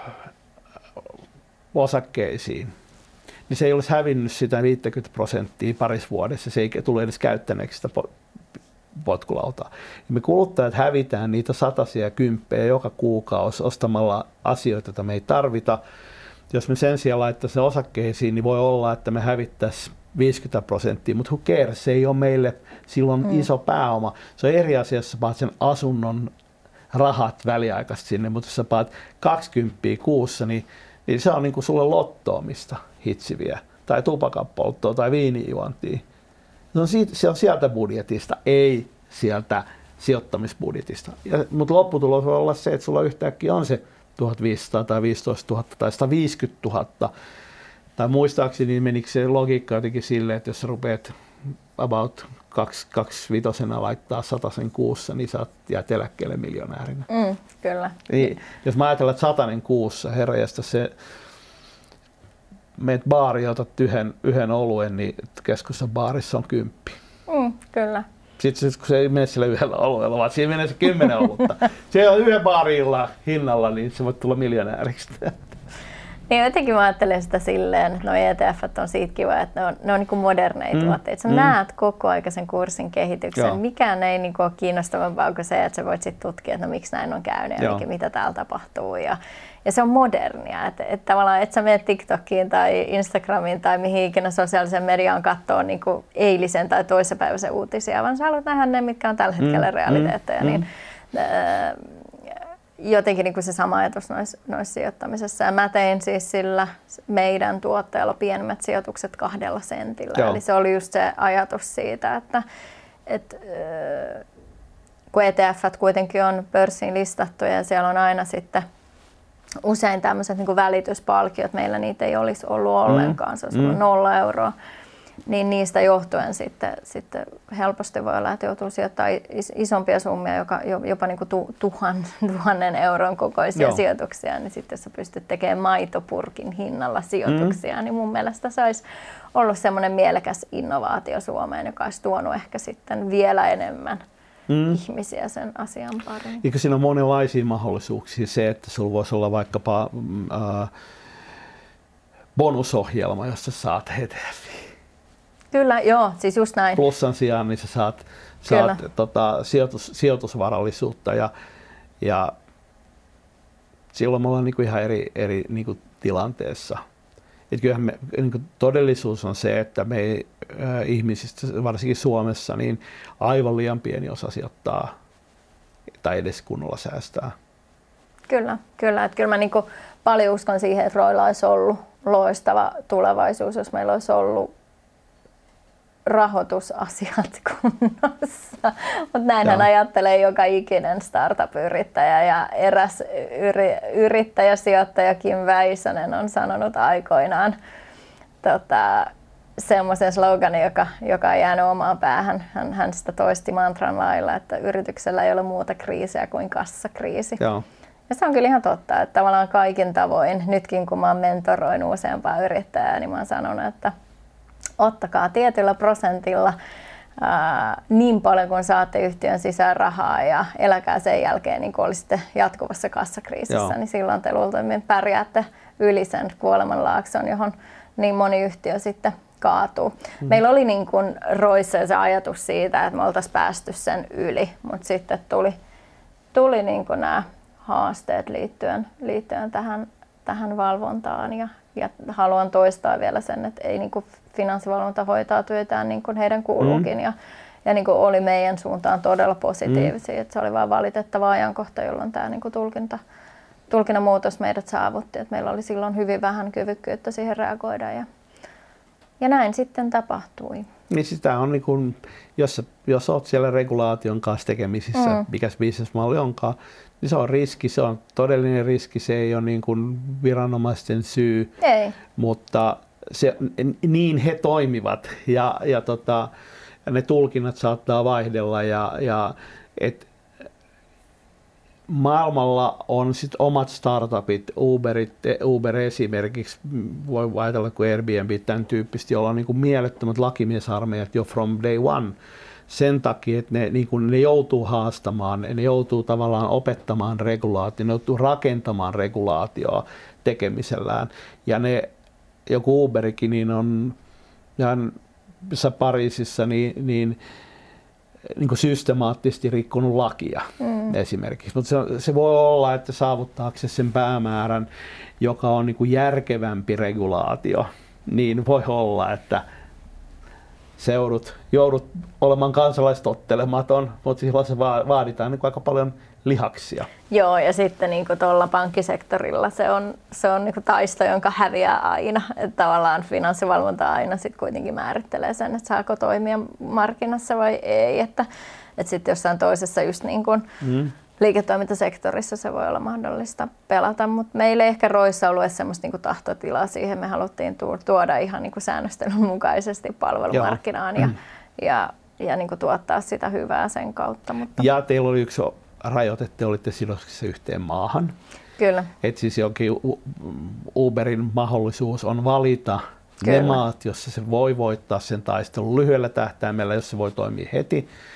osakkeisiin, niin se ei olisi hävinnyt sitä 50% parissa vuodessa, se ei tule edes käyttäneeksi sitä potkulautaa. Ja me kuluttajat hävitään niitä satasia kymppejä joka kuukausi ostamalla asioita, joita me ei tarvita. Jos me sen sijaan laittaisiin osakkeisiin, niin voi olla, että me hävittäisiin 50%, mutta who cares, se ei ole meille silloin iso pääoma. Se on eri asia, jos sä paat sen asunnon rahat väliaikaisesti sinne, mutta jos sä paat 20 kuussa, niin se on niin kuin sulle lottoamista hitsiviä, tai tupakanpolttoa tai viinijuontia. Se on sieltä budjetista, ei sieltä sijoittamisbudjetista. Mutta lopputulos voi olla se, että sulla yhtäkkiä on se 1500 tai 15 000 tai 150 000. Tai muistaakseni menikö se logiikka jotenkin silleen, että jos sä rupeat about 25 laittaa 100 kuussa, niin sä jäät eläkkeelle miljonäärinä. Kyllä. Niin, jos mä ajatellaan, että 100 kuussa, herranjestas, se meet baariin ja otat yhden oluen, niin keskustan baarissa on 10. Kyllä. Sitten kun se ei mene sillä yhdellä oluella, vaan siinä menee se 10 olutta. Se on yhden baarilla hinnalla, niin se voi tulla miljonääriksi. Niin jotenkin mä ajattelen sitä silleen, että nuo ETF:t on siitä kiva, että ne on niin kuin moderneja tuotteita. Sä näet koko ajan sen kurssin kehityksen. Joo. Mikään ei niin kuin ole kiinnostavampaa kuin se, että sä voit sit tutkia, että no, miksi näin on käynyt ja mitä täällä tapahtuu. Ja se on modernia. Että tavallaan et sä mene TikTokiin tai Instagramiin tai mihin ikinä sosiaalisen mediaan katsoa niin kuin eilisen tai toissapäiväisen uutisia, vaan sä haluat nähdä ne, mitkä on tällä hetkellä realiteetteja. Niin, jotenkin niin kuin se sama ajatus noissa sijoittamisessa. Ja mä tein siis sillä meidän tuotteella pienemmät sijoitukset 2 sentillä. Joo. Eli se oli just se ajatus siitä, että kun ETF:t kuitenkin on pörssiin listattuja ja siellä on aina sitten usein tämmöiset niin kuin välityspalkiot, meillä niitä ei olisi ollut ollenkaan, se olisi ollut 0 euroa. Niin niistä johtuen sitten helposti voi olla, että joutuu sijoittamaan isompia summia, jopa niin kuin 1000 euron kokoisia sijoituksia, niin sitten jos sä pystyt tekemään maitopurkin hinnalla sijoituksia, niin mun mielestä se olisi ollut semmoinen mielekäs innovaatio Suomeen, joka olisi tuonut ehkä sitten vielä enemmän ihmisiä sen asian pariin. Eikö siinä ole monenlaisia mahdollisuuksia se, että sulla voisi olla vaikkapa bonusohjelma, jossa saat ETFiä? Kyllä, joo, siis just näin. Plussan sijaan niin sä saat sijoitusvarallisuutta ja silloin me ollaan niin kuin ihan eri niin kuin tilanteessa. Et kyllähän niin kuin todellisuus on se, että me ihmisistä, varsinkin Suomessa, niin aivan liian pieni osa sijoittaa tai edes kunnolla säästää. Kyllä. Että kyllä mä niin kuin paljon uskon siihen, että Roilla olisi ollut loistava tulevaisuus, jos meillä olisi ollut rahoitusasiat kunnossa, mutta näinhän ajattelee joka ikinen startup-yrittäjä ja eräs yrittäjä, Kim Väisänen on sanonut aikoinaan semmoisen sloganin, joka on jäänyt omaan päähän. Hän sitä toisti mantran lailla, että yrityksellä ei ole muuta kriisiä kuin kassakriisi. Joo. Ja se on kyllä ihan totta, että tavallaan kaikin tavoin, nytkin kun mä oon mentoroinut useampaa yrittäjää, niin mä oon sanonut, että ottakaa tietyllä prosentilla niin paljon kuin saatte yhtiön sisään rahaa ja eläkää sen jälkeen niin kuin olisitte jatkuvassa kassakriisissä, niin silloin te luultavasti pärjäätte yli sen kuolemanlaakson, johon niin moni yhtiö sitten kaatuu. Meillä oli niin kuin Roissa se ajatus siitä, että me oltaisiin päästy sen yli, mutta sitten tuli niin kuin nämä haasteet liittyen tähän valvontaan ja haluan toistaa vielä sen, että ei niin kuin finanssivalvonta hoitaa työtään niin kuin heidän kuuluukin ja niin kuin oli meidän suuntaan todella positiivisia. Että se oli vain valitettava ajankohta, jolloin tämä niin kuin tulkinnan muutos meidät saavutti. Että meillä oli silloin hyvin vähän kyvykkyyttä siihen reagoida ja näin sitten tapahtui. Niin sitä on, niin kuin, jos olet siellä regulaation kanssa tekemisissä, mikä se bisnesmalli onkaan, niin se on riski, se on todellinen riski, se ei ole niin kuin viranomaisten syy, mutta niin he toimivat ja ne tulkinnat saattaa vaihdella maailmalla on sit omat startupit, Uber esimerkiksi, voi ajatella kuin Airbnb, tämän tyyppisesti, jolla on niin kuin mielettömät lakimiesarmeijat jo from day one. Sen takia, että ne joutuu haastamaan, ne joutuu tavallaan opettamaan regulaatioon, ne joutuu rakentamaan regulaatioa tekemisellään. Ja joku Uberikin niin on Pariisissa niin kuin systemaattisesti rikkonut lakia esimerkiksi. Mutta se voi olla, että saavuttaakseen sen päämäärän, joka on niin kuin järkevämpi regulaatio, niin voi olla, että joudut olemaan kansalaistottelematon, mutta silloin se vaaditaan niin aika paljon lihaksia. Joo, ja sitten niin tuolla pankkisektorilla se on niin taisto, jonka häviää aina. Että tavallaan finanssivalvonta aina sit kuitenkin määrittelee sen, että saako toimia markkinassa vai ei. Että sitten jossain toisessa just niin kuin liiketoimintasektorissa se voi olla mahdollista pelata, mutta meillä ei ehkä Roissa ollut edes semmoista niin tahtotilaa siihen. Me haluttiin tuoda ihan niin säännöstelyn mukaisesti palvelumarkkinaan ja niin tuottaa sitä hyvää sen kautta. Mutta ja teillä oli yksi rajoite, te olitte sidoksissa yhteen maahan. Kyllä. Et siis jokin Uberin mahdollisuus on valita ne maat, jossa se voi voittaa sen taistelun lyhyellä tähtäimellä, jos se voi toimia heti.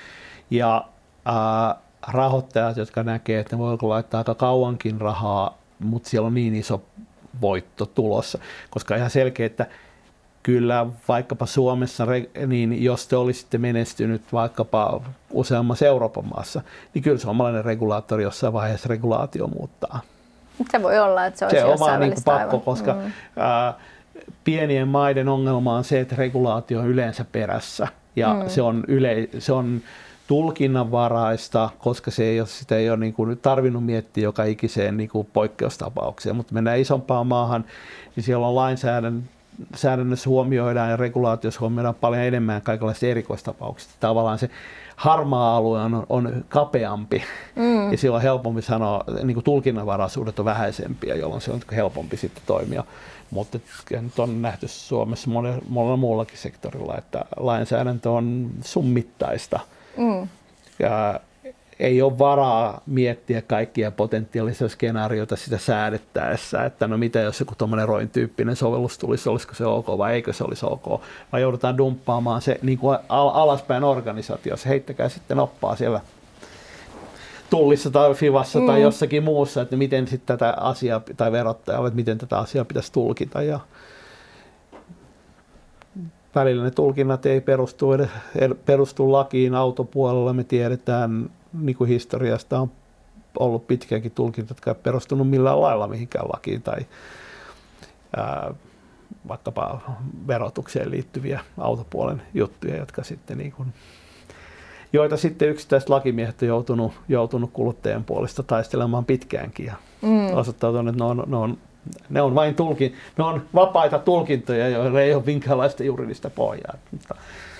ja rahoittajat, jotka näkee, että ne voi laittaa aika kauankin rahaa, mutta siellä on niin iso voitto tulossa, koska ihan selkeä, että kyllä vaikkapa Suomessa, niin jos te olisitte menestynyt vaikkapa useammassa Euroopan maassa, niin kyllä suomalainen regulaattori jossain vaiheessa regulaatio muuttaa. Se voi olla, että se olisi jossain välissä pakko, koska pienien maiden ongelma on se, että regulaatio on yleensä perässä ja se on tulkinnanvaraista, koska sitä ei ole niin kuin tarvinnut miettiä joka ikiseen niin kuin poikkeustapaukseen, mutta mennään isompaan maahan, niin siellä on lainsäädännössä huomioidaan ja regulaatiossa huomioidaan paljon enemmän kaikenlaista erikoistapauksista. Tavallaan se harmaa alue on kapeampi ja silloin on helpompi sanoa, niin kuin tulkinnanvaraisuudet on vähäisempiä, jolloin se on helpompi sitten toimia. Mutta nyt on nähty Suomessa monella muullakin sektorilla, että lainsäädäntö on summittaista. Ja ei ole varaa miettiä kaikkia potentiaalisia skenaarioita sitä säädettäessä, että no mitä jos joku tuommoinen ROIN-tyyppinen sovellus tulisi, olisiko se ok vai eikö se olisi ok, vai joudutaan dumppaamaan se niin kuin alaspäin organisaatiossa, heittäkää sitten oppaa siellä Tullissa tai Fivassa tai jossakin muussa, että miten sitten tätä asiaa, tai verottajalle, että miten tätä asiaa pitäisi tulkita. Ja välillä ne tulkinnat ei perustu lakiin autopuolella. Me tiedetään, niin kuin historiasta on ollut pitkäänkin tulkinta, jotka ei perustunut millään lailla mihinkään lakiin tai vaikkapa verotukseen liittyviä autopuolen juttuja, jotka sitten joita sitten yksittäiset lakimiehet on joutunut kuluttajien puolesta taistelemaan pitkäänkin ja osoittautunut, että ne on vain ne on vapaita tulkintoja, joilla ei ole minkäänlaista juridista pohjaa. Mutta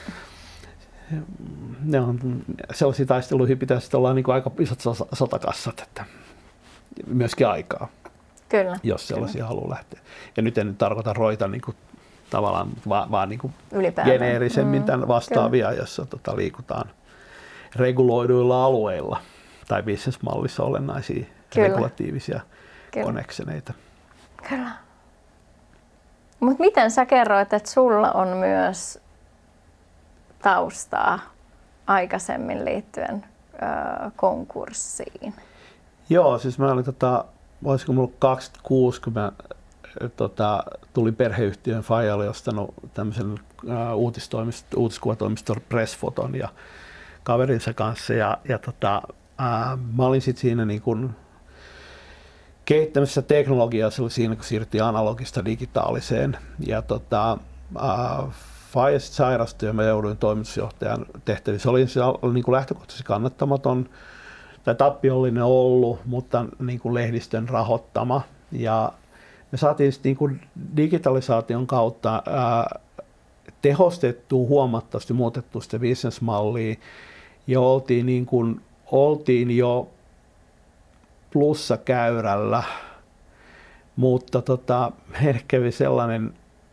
ne on sellaisia taisteluihin pitäisi olla niin kuin aika isot sotakassat, että myöskin aikaa, kyllä, jos sellaisia haluaa lähteä. Ja nyt en tarkoita roita niin kuin tavallaan, vaan niin kuin geneerisemmin tämän vastaavia, jossa liikutaan reguloiduilla alueilla tai business-mallissa olennaisia regulatiivisia connectioneita. Kyllä. Mutta miten sä kerroit, että sulla on myös taustaa aikaisemmin liittyen konkurssiin? Joo, siis mä olin, olisiko mulla 26, kun mä tulin perheyhtiön Faija oli ostanut tämmöisen uutiskuvatoimiston Pressfoton ja kaverinsa kanssa ja mä olin sitten siinä niin kun kehittämässä teknologiaa siinä, kun siirryttiin analogista digitaaliseen. Ja Faija sitten sairastui ja mä jouduin toimitusjohtajan tehtäviin. Se oli niin kuin lähtökohtaisesti kannattamaton tai tappiollinen ollut, mutta niin kuin lehdistön rahoittama. Ja me saatiin sitten niin kuin digitalisaation kautta tehostettua huomattavasti, muutettua sitä business-mallia ja oltiin jo plussakäyrällä, mutta meille kävi sellainen,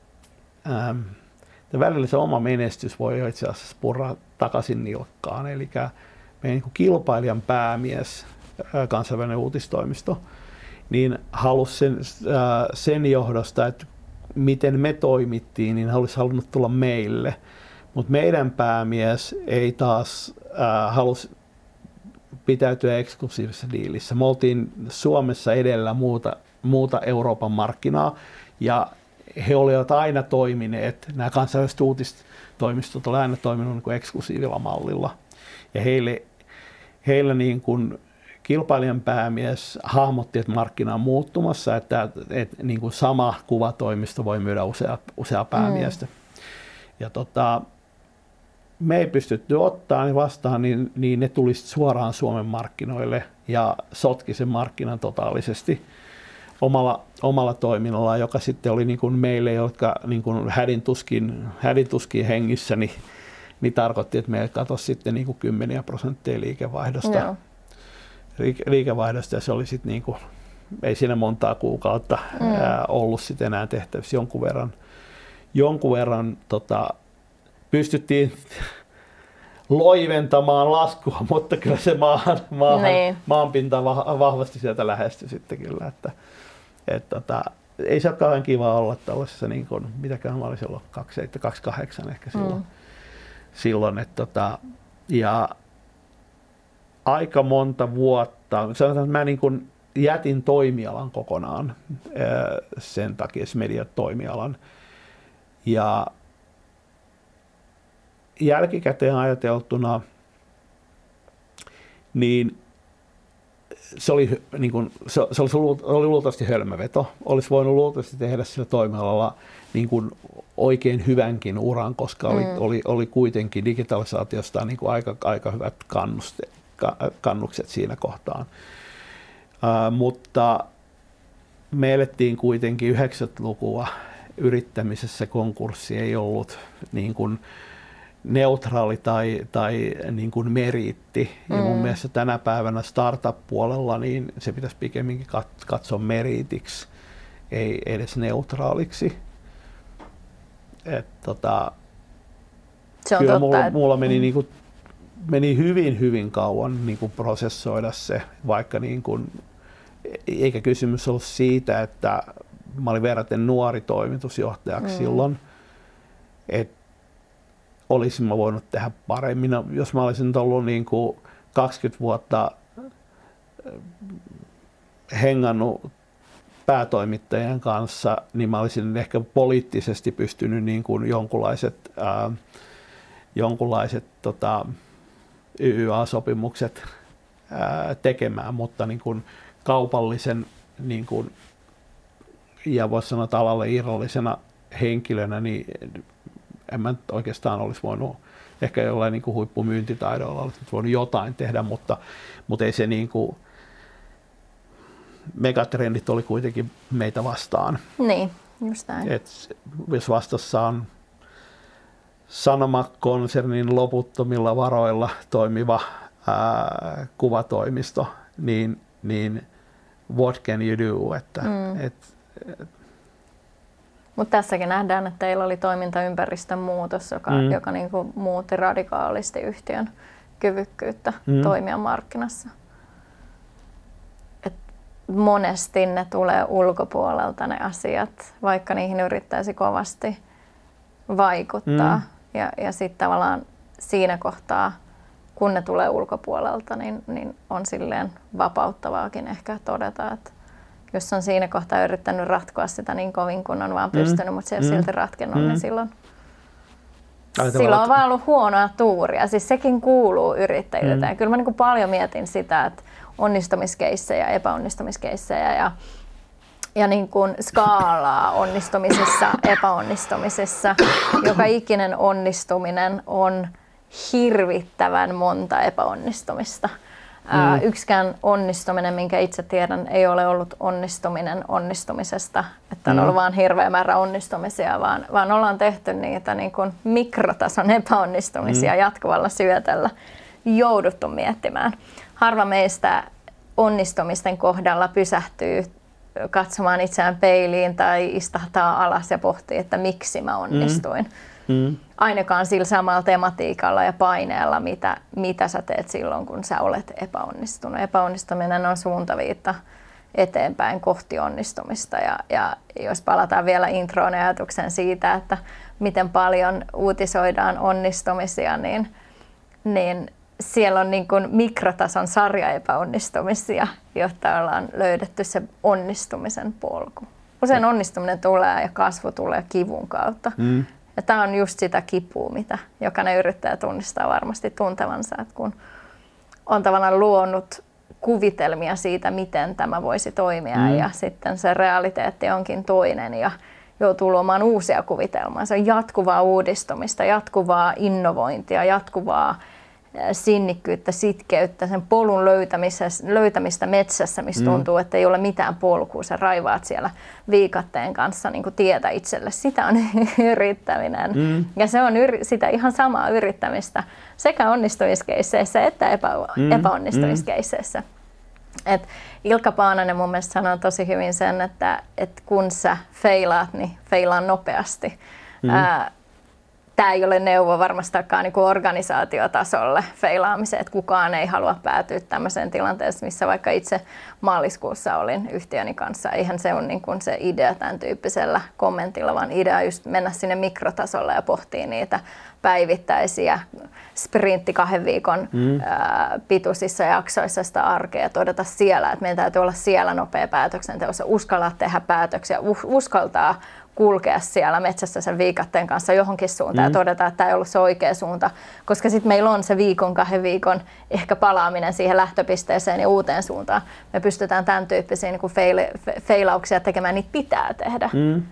että välillä se oma menestys voi jo itse asiassa purra takaisin nilkkaan, eli meidän kilpailijan päämies, kansainvälinen uutistoimisto, niin halusi sen johdosta, että miten me toimittiin, niin olisi halunnut tulla meille, mutta meidän päämies ei taas halusi pitäytyä eksklusiivisessa diilissä. Me oltiin Suomessa edellä muuta Euroopan markkinaa ja he olivat aina toimineet, nämä kansainväliset uutistoimistot olivat aina toimineet niin kuin eksklusiivilla mallilla. Ja heillä niin kuin kilpailijan päämies hahmotti, että markkina on muuttumassa, että niin kuin sama kuvatoimisto voi myydä usea päämiestä. Ja me ei pystytty ottaa ne vastaan, niin ne tuli suoraan Suomen markkinoille ja sotki sen markkinan totaalisesti omalla toiminnalla, joka sitten oli niin kuin meille, jotka niin kuin hädintuskin hengissä, niin tarkoitti, että meillä katosi sitten niin kuin 10% liikevaihdosta ja se oli sitten niin kuin, ei siinä montaa kuukautta ollut sitten enää tehtävissä jonkun verran pystyttiin loiventamaan laskua, mutta kyllä se maanpinta vahvasti sieltä lähestyi sitten kyllä, että ei se ole kauhean kiva olla tällaisessa, niin kuin, mitäköhän mä olin silloin, 28 ehkä silloin, että ja aika monta vuotta. Sanotaan, että mä niin kuin jätin toimialan kokonaan sen takia, mediatoimialan. Ja jälkikäteen ajateltuna, niin se oli, niin kuin, se oli luultavasti hölmöveto. Olisi voinut luultavasti tehdä sillä toimialalla niin kuin oikein hyvänkin uran, koska oli kuitenkin digitalisaatiosta niin kuin aika hyvät kannukset siinä kohtaan. Mutta me elettiin kuitenkin 90-lukua yrittämisessä. Konkurssi ei ollut niin kuin neutraali tai niin kuin meriitti. Ja mun mielestä tänä päivänä startup-puolella niin se pitäisi pikemminkin katsoa meriitiksi, ei edes neutraaliksi. Se on kyllä totta, mulla meni, niin kuin, meni hyvin kauan niin kuin prosessoida se, vaikka niin kuin, eikä kysymys ollut siitä, että mä olin verraten nuori toimitusjohtajaksi silloin, että olisin mä voinut tehdä paremmin. No, jos mä olisin ollut niin kuin 20 vuotta hengannut päätoimittajien kanssa, niin mä olisin ehkä poliittisesti pystynyt niin kuin jonkunlaiset YYA-sopimukset tekemään, mutta niin kuin kaupallisen niin kuin, ja voisi sanoa alalle irrallisena henkilönä, niin en mä oikeastaan olisi voinut, ehkä jollain niin kuin huippumyyntitaidoilla olisi voinut jotain tehdä, mutta ei se niin kuin, megatrendit oli kuitenkin meitä vastaan. Niin, just näin. Jos vastassa on Sanoma-konsernin loputtomilla varoilla toimiva kuvatoimisto, niin what can you do? Mutta tässäkin nähdään, että teillä oli toimintaympäristön muutos, joka niin kuin muutti radikaalisti yhtiön kyvykkyyttä toimia markkinassa. Et monesti ne tulee ulkopuolelta ne asiat, vaikka niihin yrittäisi kovasti vaikuttaa. Ja sitten tavallaan siinä kohtaa, kun ne tulee ulkopuolelta, niin on silleen vapauttavaakin ehkä todeta, että jos on siinä kohtaa yrittänyt ratkoa sitä niin kovin kun on vaan pystynyt, mutta se ei ole silti ratkennut, niin silloin on vaan ollut huonoa tuuria. Siis sekin kuuluu yrittäjyyteen. Ja kyllä mä niin kuin paljon mietin sitä, että onnistumiskeissejä, epäonnistumiskeissejä ja niin kuin skaalaa onnistumisessa, epäonnistumisessa. Joka ikinen onnistuminen on hirvittävän monta epäonnistumista. Yksikään onnistuminen, minkä itse tiedän, ei ole ollut onnistuminen onnistumisesta, että on ollut vaan hirveä määrä onnistumisia, vaan ollaan tehty niitä niin kuin mikrotason epäonnistumisia jatkuvalla syötöllä, jouduttu miettimään. Harva meistä onnistumisten kohdalla pysähtyy katsomaan itseään peiliin tai istahtaa alas ja pohtii, että miksi mä onnistuin. Ainakaan sillä samalla tematiikalla ja paineella, mitä sä teet silloin, kun sä olet epäonnistunut. Epäonnistuminen on suuntaviitta eteenpäin kohti onnistumista. Ja jos palataan vielä introon ajatuksen siitä, että miten paljon uutisoidaan onnistumisia, niin siellä on niin kuin mikrotason sarja epäonnistumisia, jotta ollaan löydetty se onnistumisen polku. Usein onnistuminen tulee ja kasvu tulee kivun kautta. Ja tämä on just sitä kipua, mitä jokainen yrittäjä tunnistaa varmasti tuntevansa, että kun on tavallaan luonut kuvitelmia siitä, miten tämä voisi toimia ja sitten se realiteetti onkin toinen ja joutuu luomaan uusia kuvitelmia. Se on jatkuvaa uudistumista, jatkuvaa innovointia, jatkuvaa sinnikkyyttä, sitkeyttä, sen polun löytämistä metsässä, missä tuntuu, että ei ole mitään polkua. Sä raivaat siellä viikatteen kanssa niin kuin tietä itselle. Sitä on yrittäminen. Ja se on sitä ihan samaa yrittämistä sekä onnistumiskeisseissä että epäonnistumiskeisseissä. Ilkka Paananen mun mielestä sanoo tosi hyvin sen, että kun sä feilaat, niin feilaa nopeasti. tämä ei ole neuvo varmastakaan niin kuin organisaatiotasolle feilaamiseen, että kukaan ei halua päätyä tämmöiseen tilanteeseen, missä vaikka itse maaliskuussa olin yhtiöni kanssa. Eihän se ole niin kuin se idea tämän tyyppisellä kommentilla, vaan idea just mennä sinne mikrotasolle ja pohtia niitä päivittäisiä sprintti 2 viikon pituisissa jaksoissa sitä arkea ja todeta siellä, että meidän täytyy olla siellä nopea päätöksenteossa, uskaltaa tehdä päätöksiä, uskaltaa kulkea siellä metsässä sen viikatteen kanssa johonkin suuntaan ja todeta, että tämä ei ollut se oikea suunta, koska sitten meillä on se 2 viikon ehkä palaaminen siihen lähtöpisteeseen ja uuteen suuntaan. Me pystytään tämän tyyppisiä niin kuin feilauksia tekemään, niitä pitää tehdä.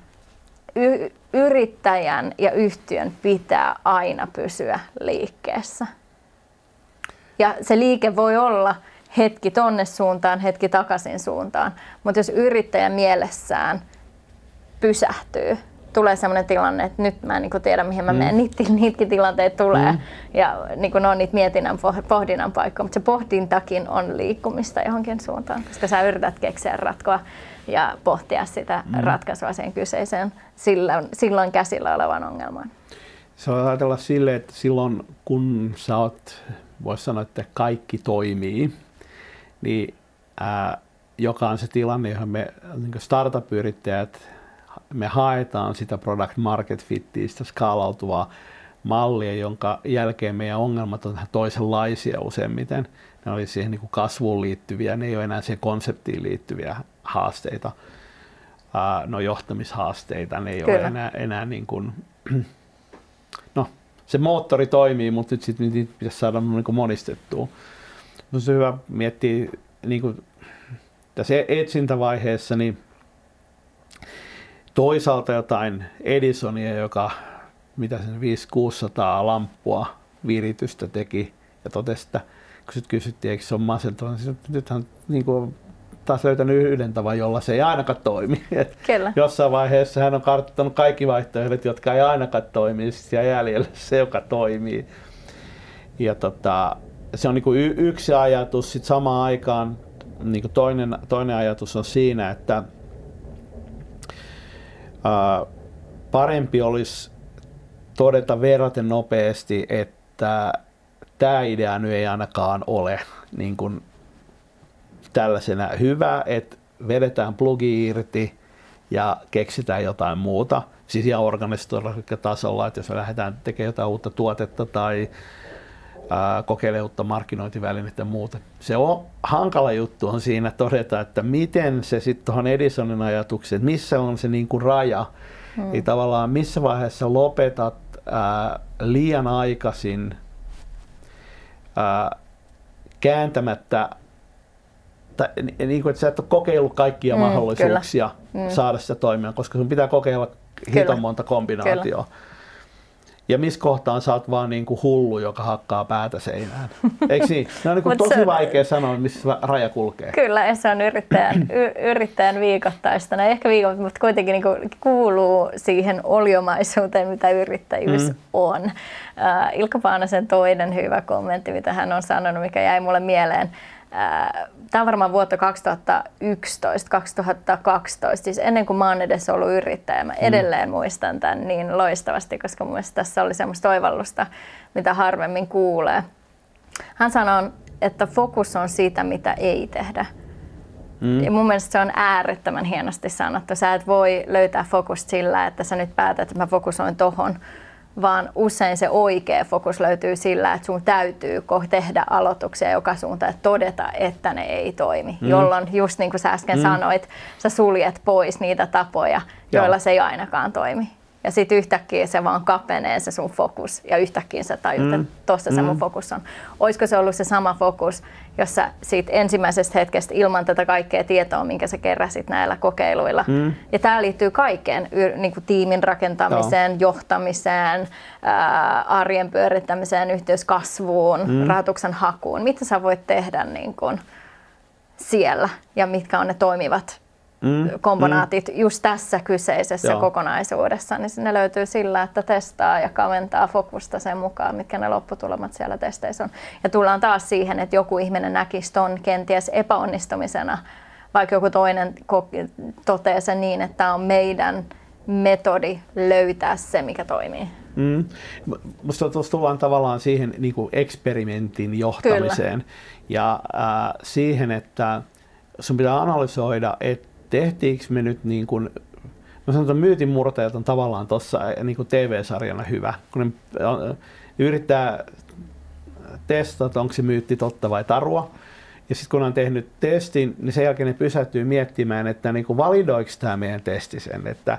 Yrittäjän ja yhtiön pitää aina pysyä liikkeessä. Ja se liike voi olla hetki tonne suuntaan, hetki takaisin suuntaan, mutta jos yrittäjä mielessään pysähtyy, tulee sellainen tilanne, että nyt mä en tiedä mihin mä menen, niitäkin tilanteita tulee ja ne on niitä mietinnän pohdinnan paikkoja, mutta se pohdintakin on liikkumista johonkin suuntaan, koska sä yrität keksiä ratkoa ja pohtia sitä ratkaisua sen kyseiseen silloin käsillä olevan ongelmaan. Se on ajatella silleen, että silloin kun sä oot, voisi sanoa, että kaikki toimii, niin joka on se tilanne, johon me niin startup-yrittäjät me haetaan sitä product market fittiä, sitä skaalautuvaa mallia, jonka jälkeen meidän ongelmat on toisenlaisia useimmiten. Ne oli siihen niin kuin kasvuun liittyviä, ne ei ole enää siihen konseptiin liittyviä haasteita, no johtamishaasteita, ne ei ole enää niin kuin, no se moottori toimii, mutta nyt sitten niitä pitäisi saada niin kuin monistettua. No se on hyvä miettiä niin kuin tässä etsintävaiheessa, niin toisaalta jotain Edisonia, joka mitä sen 500-600 lamppua viritystä teki ja totesi, että kun sitten kysyttiin, eikö se ole masentava, niin nythän niin kuin taas löytänyt yhden tavan, jolla se ei ainakaan toimi. Jossain vaiheessa hän on kartoittanut kaikki vaihtoehdot, jotka ei ainakaan toimi, ja jäljellä se, joka toimii. Ja se on niin kuin yksi ajatus. Sitten samaan aikaan niin kuin toinen ajatus on siinä, että parempi olisi todeta verraten nopeasti, että tämä idea nyt ei ainakaan ole niin kuin tällaisena hyvä, että vedetään plugi irti ja keksitään jotain muuta. Siis ihan organisaatiorisella tasolla, että jos me lähdetään tekemään jotain uutta tuotetta tai kokeilemaan uutta markkinointivälinettä ja muuta. Se on hankala juttu on siinä todeta, että miten se sitten tuohon Edisonin ajatukseen, että missä on se niin kuin raja. Eli tavallaan missä vaiheessa lopetat liian aikaisin kääntämättä, niin kuin, että sä et ole kokeillut kaikkia mahdollisuuksia saada sitä toimimaan, koska sun pitää kokeilla hiton monta kombinaatioa. Ja missä kohtaan sä oot vaan niin kuin hullu, joka hakkaa päätä seinään. Eikö niin? Se on niin kuin tosi vaikea sanoa, missä raja kulkee. Kyllä, se on yrittäjän viikoittaista. No ehkä mutta kuitenkin niin kuin kuuluu siihen oliomaisuuteen, mitä yrittäjyys on. Ilkka Paanasen toinen hyvä kommentti, mitä hän on sanonut, mikä jäi mulle mieleen. Tämä on varmaan vuotta 2011-2012, siis ennen kuin mä oon edes ollut yrittäjä. Mä edelleen muistan tämän niin loistavasti, koska mun mielestä tässä oli semmoista oivallusta, mitä harvemmin kuulee. Hän sanoi, että fokus on siitä, mitä ei tehdä. Ja mun mielestä se on äärettömän hienosti sanottu. Sä et voi löytää fokusta sillä, että sä nyt päätät, että mä fokusoin tohon, vaan usein se oikea fokus löytyy sillä, että sun täytyy tehdä aloituksia joka suuntaan ja todeta, että ne ei toimi. Jolloin, just niin kuin sä äsken sanoit, sä suljet pois niitä tapoja, joilla se ei ainakaan toimi. Ja sitten yhtäkkiä se vaan kapenee se sun fokus ja yhtäkkiä sä tajut, että tossa se mun fokus on. Olisiko se ollut se sama fokus, jos sä siitä ensimmäisestä hetkestä ilman tätä kaikkea tietoa, minkä sä keräsit näillä kokeiluilla. Ja tää liittyy kaikkeen, niin kuin tiimin rakentamiseen, johtamiseen, arjen pyörittämiseen, yhteyskasvuun, rahoituksen hakuun. Mitä sä voit tehdä niin kuin siellä ja mitkä on ne toimivat komponaatit just tässä kyseisessä kokonaisuudessa, niin ne löytyy sillä, että testaa ja kaventaa fokusta sen mukaan, mitkä ne lopputulemat siellä testeissä on. Ja tullaan taas siihen, että joku ihminen näkisi ton kenties epäonnistumisena, vaikka joku toinen toteaa sen niin, että tämä on meidän metodi löytää se, mikä toimii. Musta tuossa tullaan tavallaan siihen niin kuin eksperimentin johtamiseen. Kyllä. Ja siihen, että sun pitää analysoida, että tehtiinkö me nyt niin kuin, mä sanon, että myytinmurtajat on tavallaan tuossa niin kuin TV-sarjana hyvä, kun ne yrittää testata, onko se myytti totta vai tarua. Ja sitten kun on tehnyt testin, niin sen jälkeen ne pysähtyy miettimään, että niin kuin validoiko tämä meidän testi sen, että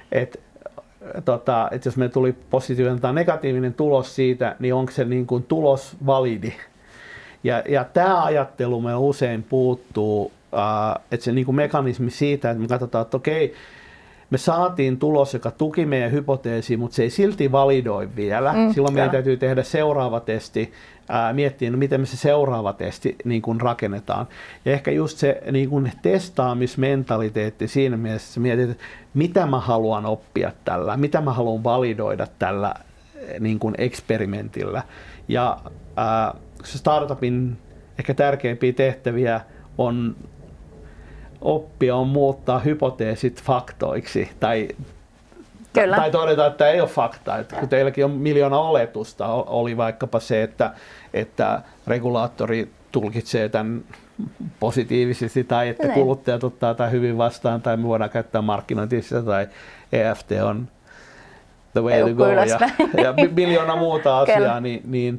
jos me tuli positiivinen tai negatiivinen tulos siitä, niin onko se niin kuin tulos validi. Ja tämä ajattelu meillä usein puuttuu, että se niin kuin mekanismi siitä, että me katsotaan, että okei, me saatiin tulos, joka tuki meidän hypoteesiin, mutta se ei silti validoi vielä. Silloin meidän täytyy tehdä seuraava testi, miettiä, no miten me se seuraava testi niin kuin rakennetaan. Ja ehkä just se niin kuin testaamismentaliteetti siinä mielessä, mietit, että mitä mä haluan oppia tällä, mitä mä haluan validoida tällä niin kuin eksperimentillä. Ja se startupin ehkä tärkeimpiä tehtäviä on muuttaa hypoteesit faktoiksi tai todeta, että ei ole faktaa. Että kun teilläkin on miljoona oletusta, oli vaikkapa se, että regulaattori tulkitsee tämän positiivisesti tai että kuluttajat ottaa tämän hyvin vastaan tai me voidaan käyttää markkinointissa tai EFT on the way to go ja miljoona muuta asiaa, niin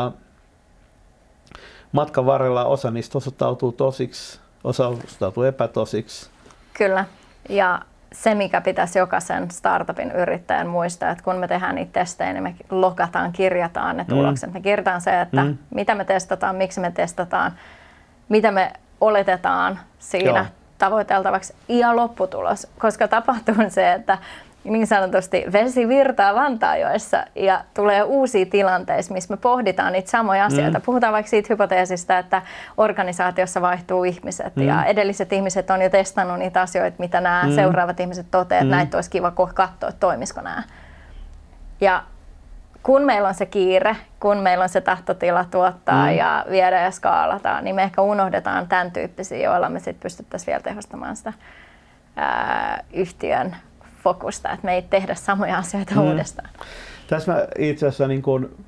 matkan varrella osa niistä osoittautuu tosiksi, osa osoittautuu epätosiksi. Kyllä. Ja se, mikä pitäisi jokaisen startupin yrittäjän muistaa, että kun me tehdään niitä testejä, niin me kirjataan ne tulokset. Me kirjataan se, että mitä me testataan, miksi me testataan, mitä me oletetaan siinä tavoiteltavaksi ja lopputulos. Koska tapahtuu se, että niin sanotusti vesi virtaa Vantaajoessa ja tulee uusia tilanteita, missä me pohditaan niitä samoja asioita. Puhutaan vaikka siitä hypoteesista, että organisaatiossa vaihtuu ihmiset ja edelliset ihmiset on jo testannut niitä asioita, mitä nämä seuraavat ihmiset toteavat, että näitä olisi kiva katsoa, että toimisiko nämä. Ja kun meillä on se kiire, kun meillä on se tahtotila tuottaa ja viedä ja skaalata, niin me ehkä unohdetaan tämän tyyppisiä, joilla me sitten pystyttäisiin vielä tehostamaan sitä yhtiön fokusta, että me ei tehdä samoja asioita uudestaan. Tässä mä itse asiassa niin kuin,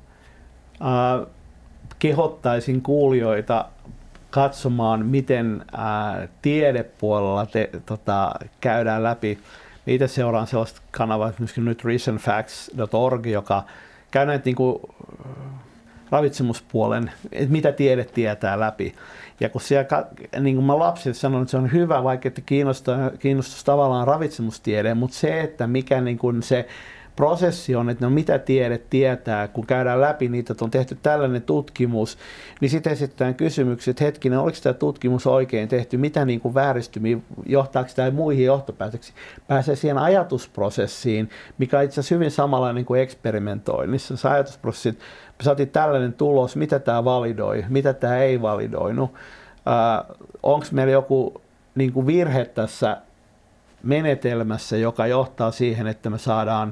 kehottaisin kuulijoita katsomaan, miten tiedepuolella käydään läpi. Mä itse seuraan sellaista kanavaa, myöskin nutritionfacts.org, joka käy näitä niin kuin, ravitsemuspuolen, että mitä tiede tietää läpi. Ja kun siellä, niin kuin mä lapsille sanon, että se on hyvä, vaikka että kiinnostus tavallaan ravitsemustiede, mutta se, että mikä niin kuin se prosessi on, että no mitä tiede tietää, kun käydään läpi niitä, että on tehty tällainen tutkimus, niin sitten esitetään kysymyksiä, että hetkinen, oliko tämä tutkimus oikein tehty, mitä niin kuin vääristymiä, johtaako tämä muihin johtopäätöksiin, pääsee siihen ajatusprosessiin, mikä on itse asiassa hyvin samanlainen kuin eksperimentoinnissa. Se ajatusprosessi, me saatiin tällainen tulos, mitä tämä validoi, mitä tämä ei validoinut, onko meillä joku niin kuin virhe tässä menetelmässä, joka johtaa siihen, että me saadaan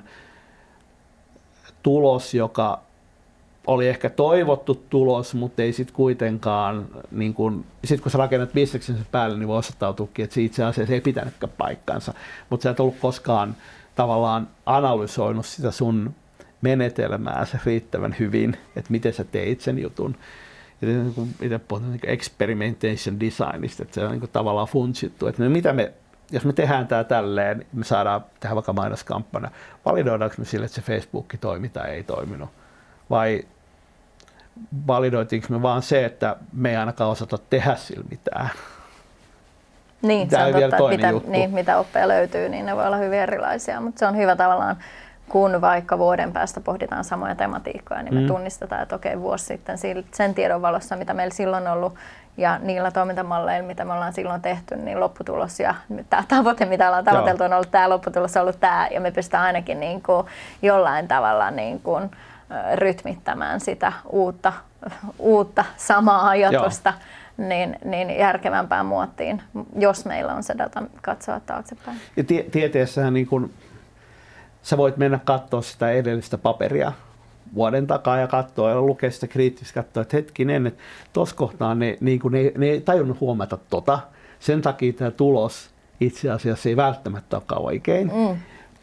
tulos, joka oli ehkä toivottu tulos, mutta ei sitten kuitenkaan, niin kun sä rakennat bisneksen sen päälle, niin voi osoittautuakin, että se itse asiassa ei pitänytkään paikkansa, mutta sä et ollut koskaan tavallaan analysoinut sitä sun menetelmää se riittävän hyvin, että miten sä teit sen jutun. Ja itse puhutaan niin experimentation designista, että se on niin tavallaan funtsittu, että jos me tehdään tämä tälleen, me saadaan tehdä vaikka mainoskampanja, validoidaanko me sille, että se Facebook toimi tai ei toiminut? Vai validoitiinko me vaan se, että me ei ainakaan osata tehdä sillä mitään? Niin, se on totta, että mitä oppeja löytyy, niin ne voi olla hyvin erilaisia, mutta se on hyvä tavallaan, kun vaikka vuoden päästä pohditaan samoja tematiikkoja, niin me tunnistetaan, että okei, vuosi sitten sen tiedon valossa, mitä meillä silloin on ollut, ja niillä toimintamalleilla, mitä me ollaan silloin tehty, niin lopputulos ja tämä tavoite, mitä ollaan tavoiteltu, on ollut tämä, lopputulos on ollut tämä, ja me pystytään ainakin niin kuin jollain tavalla niin kuin rytmittämään sitä uutta samaa ajatusta niin järkevämpään muottiin, jos meillä on se data katsoa taaksepäin. Ja tieteessähän niin kun, sä voit mennä katsoa sitä edellistä paperia vuoden takaa ja katsoa ja lukea sitä kriittisesti, katsoa, että hetkinen, että tuossa kohtaa ne ei tajunnut huomata sen takia tämä tulos itse asiassa ei välttämättä olekaan oikein.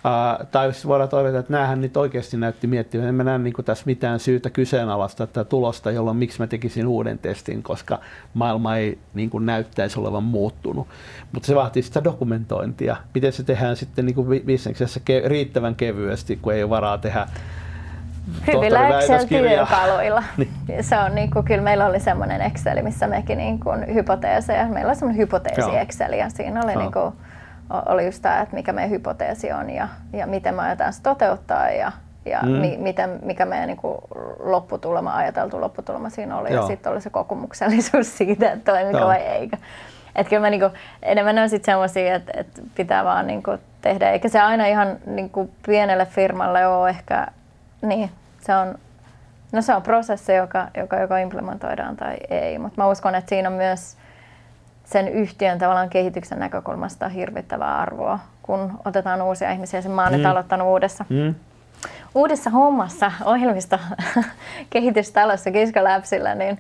Tai voidaan toivota, että näähän nyt oikeasti näytti miettivän. En mä näe niin tässä mitään syytä kyseenalaistaa tätä tulosta, jolloin miksi mä tekisin uuden testin, koska maailma ei niin kuin näyttäisi olevan muuttunut. Mutta se vaatii sitä dokumentointia. Miten se tehdään sitten niin kuin bisneksessä riittävän kevyesti, kun ei ole varaa tehdä hyvillä Excel-työkaluilla. Niin. Se on niinku, kyllä meillä oli semmoinen Excel, missä mekin niinku hypoteeseja. Meillä oli semmoinen hypoteesi Excel ja siinä oli niinku, oli just tämä, että mikä meidän hypoteesi on ja miten me ajetaan se toteuttaa ja mikä meidän niinku ajateltu lopputulema siinä oli. Ja sitten oli se kokemuksellisuus siitä, että toimiko vai eikö. Että kyllä mä niinku, enemmän on sitten semmoisia, että pitää vaan niinku tehdä. Eikä se aina ihan niinku pienelle firmalle ole ehkä, niin se on prosessi, joka implementoidaan tai ei. Mutta mä uskon, että siinä on myös sen yhtiön tavallaan kehityksen näkökulmasta hirvittävää arvoa, kun otetaan uusia ihmisiä. Mä oon nyt aloittanut uudessa hommassa, ohjelmisto kehitystalossa Kiska Labsilla, niin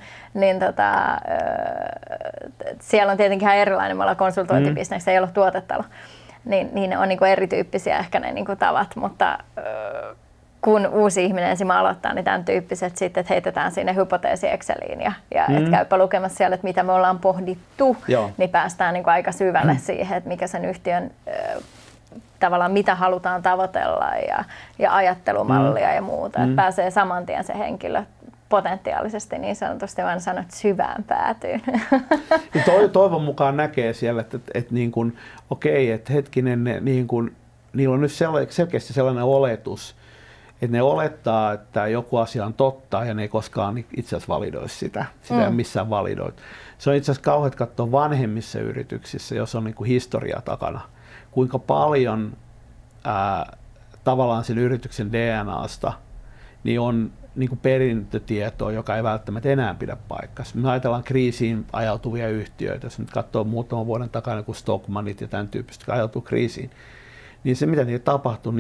siellä on tietenkin ihan erilainen, me ollaan konsultointibisnes, ei ole tuotetalo. Niin ne on niinku erityyppisiä ehkä ne niinku tavat, mutta kun uusi ihminen ensin aloittaa, niin tämän tyyppiset sitten, että heitetään sinne hypoteesi Exceliin ja että käypä lukemassa siellä, että mitä me ollaan pohdittu, niin päästään niin kuin aika syvälle siihen, että mikä sen yhtiön tavallaan mitä halutaan tavoitella ja ajattelumallia ja muuta. Että pääsee saman tien se henkilö potentiaalisesti niin sanotusti, vaan sanot syvään päätyyn. Toivon mukaan näkee siellä, että niin kuin, okei, että hetkinen, niin kuin, niillä on nyt selkeästi sellainen oletus, että ne olettaa, että joku asia on totta ja ne ei koskaan itse asiassa validoi sitä. Sitä ei missään validoi. Se on itse asiassa kauheat katsoa vanhemmissa yrityksissä, jos on niin kuin historia takana. Kuinka paljon tavallaan sen yrityksen DNAsta niin on niin kuin perintötietoa, joka ei välttämättä enää pidä paikkansa. Me ajatellaan kriisiin ajautuvia yhtiöitä, jos nyt katsoo muutaman vuoden takana, kun Stockmannit ja tämän tyyppiset ajautuu kriisiin, niin se mitä niitä tapahtuu,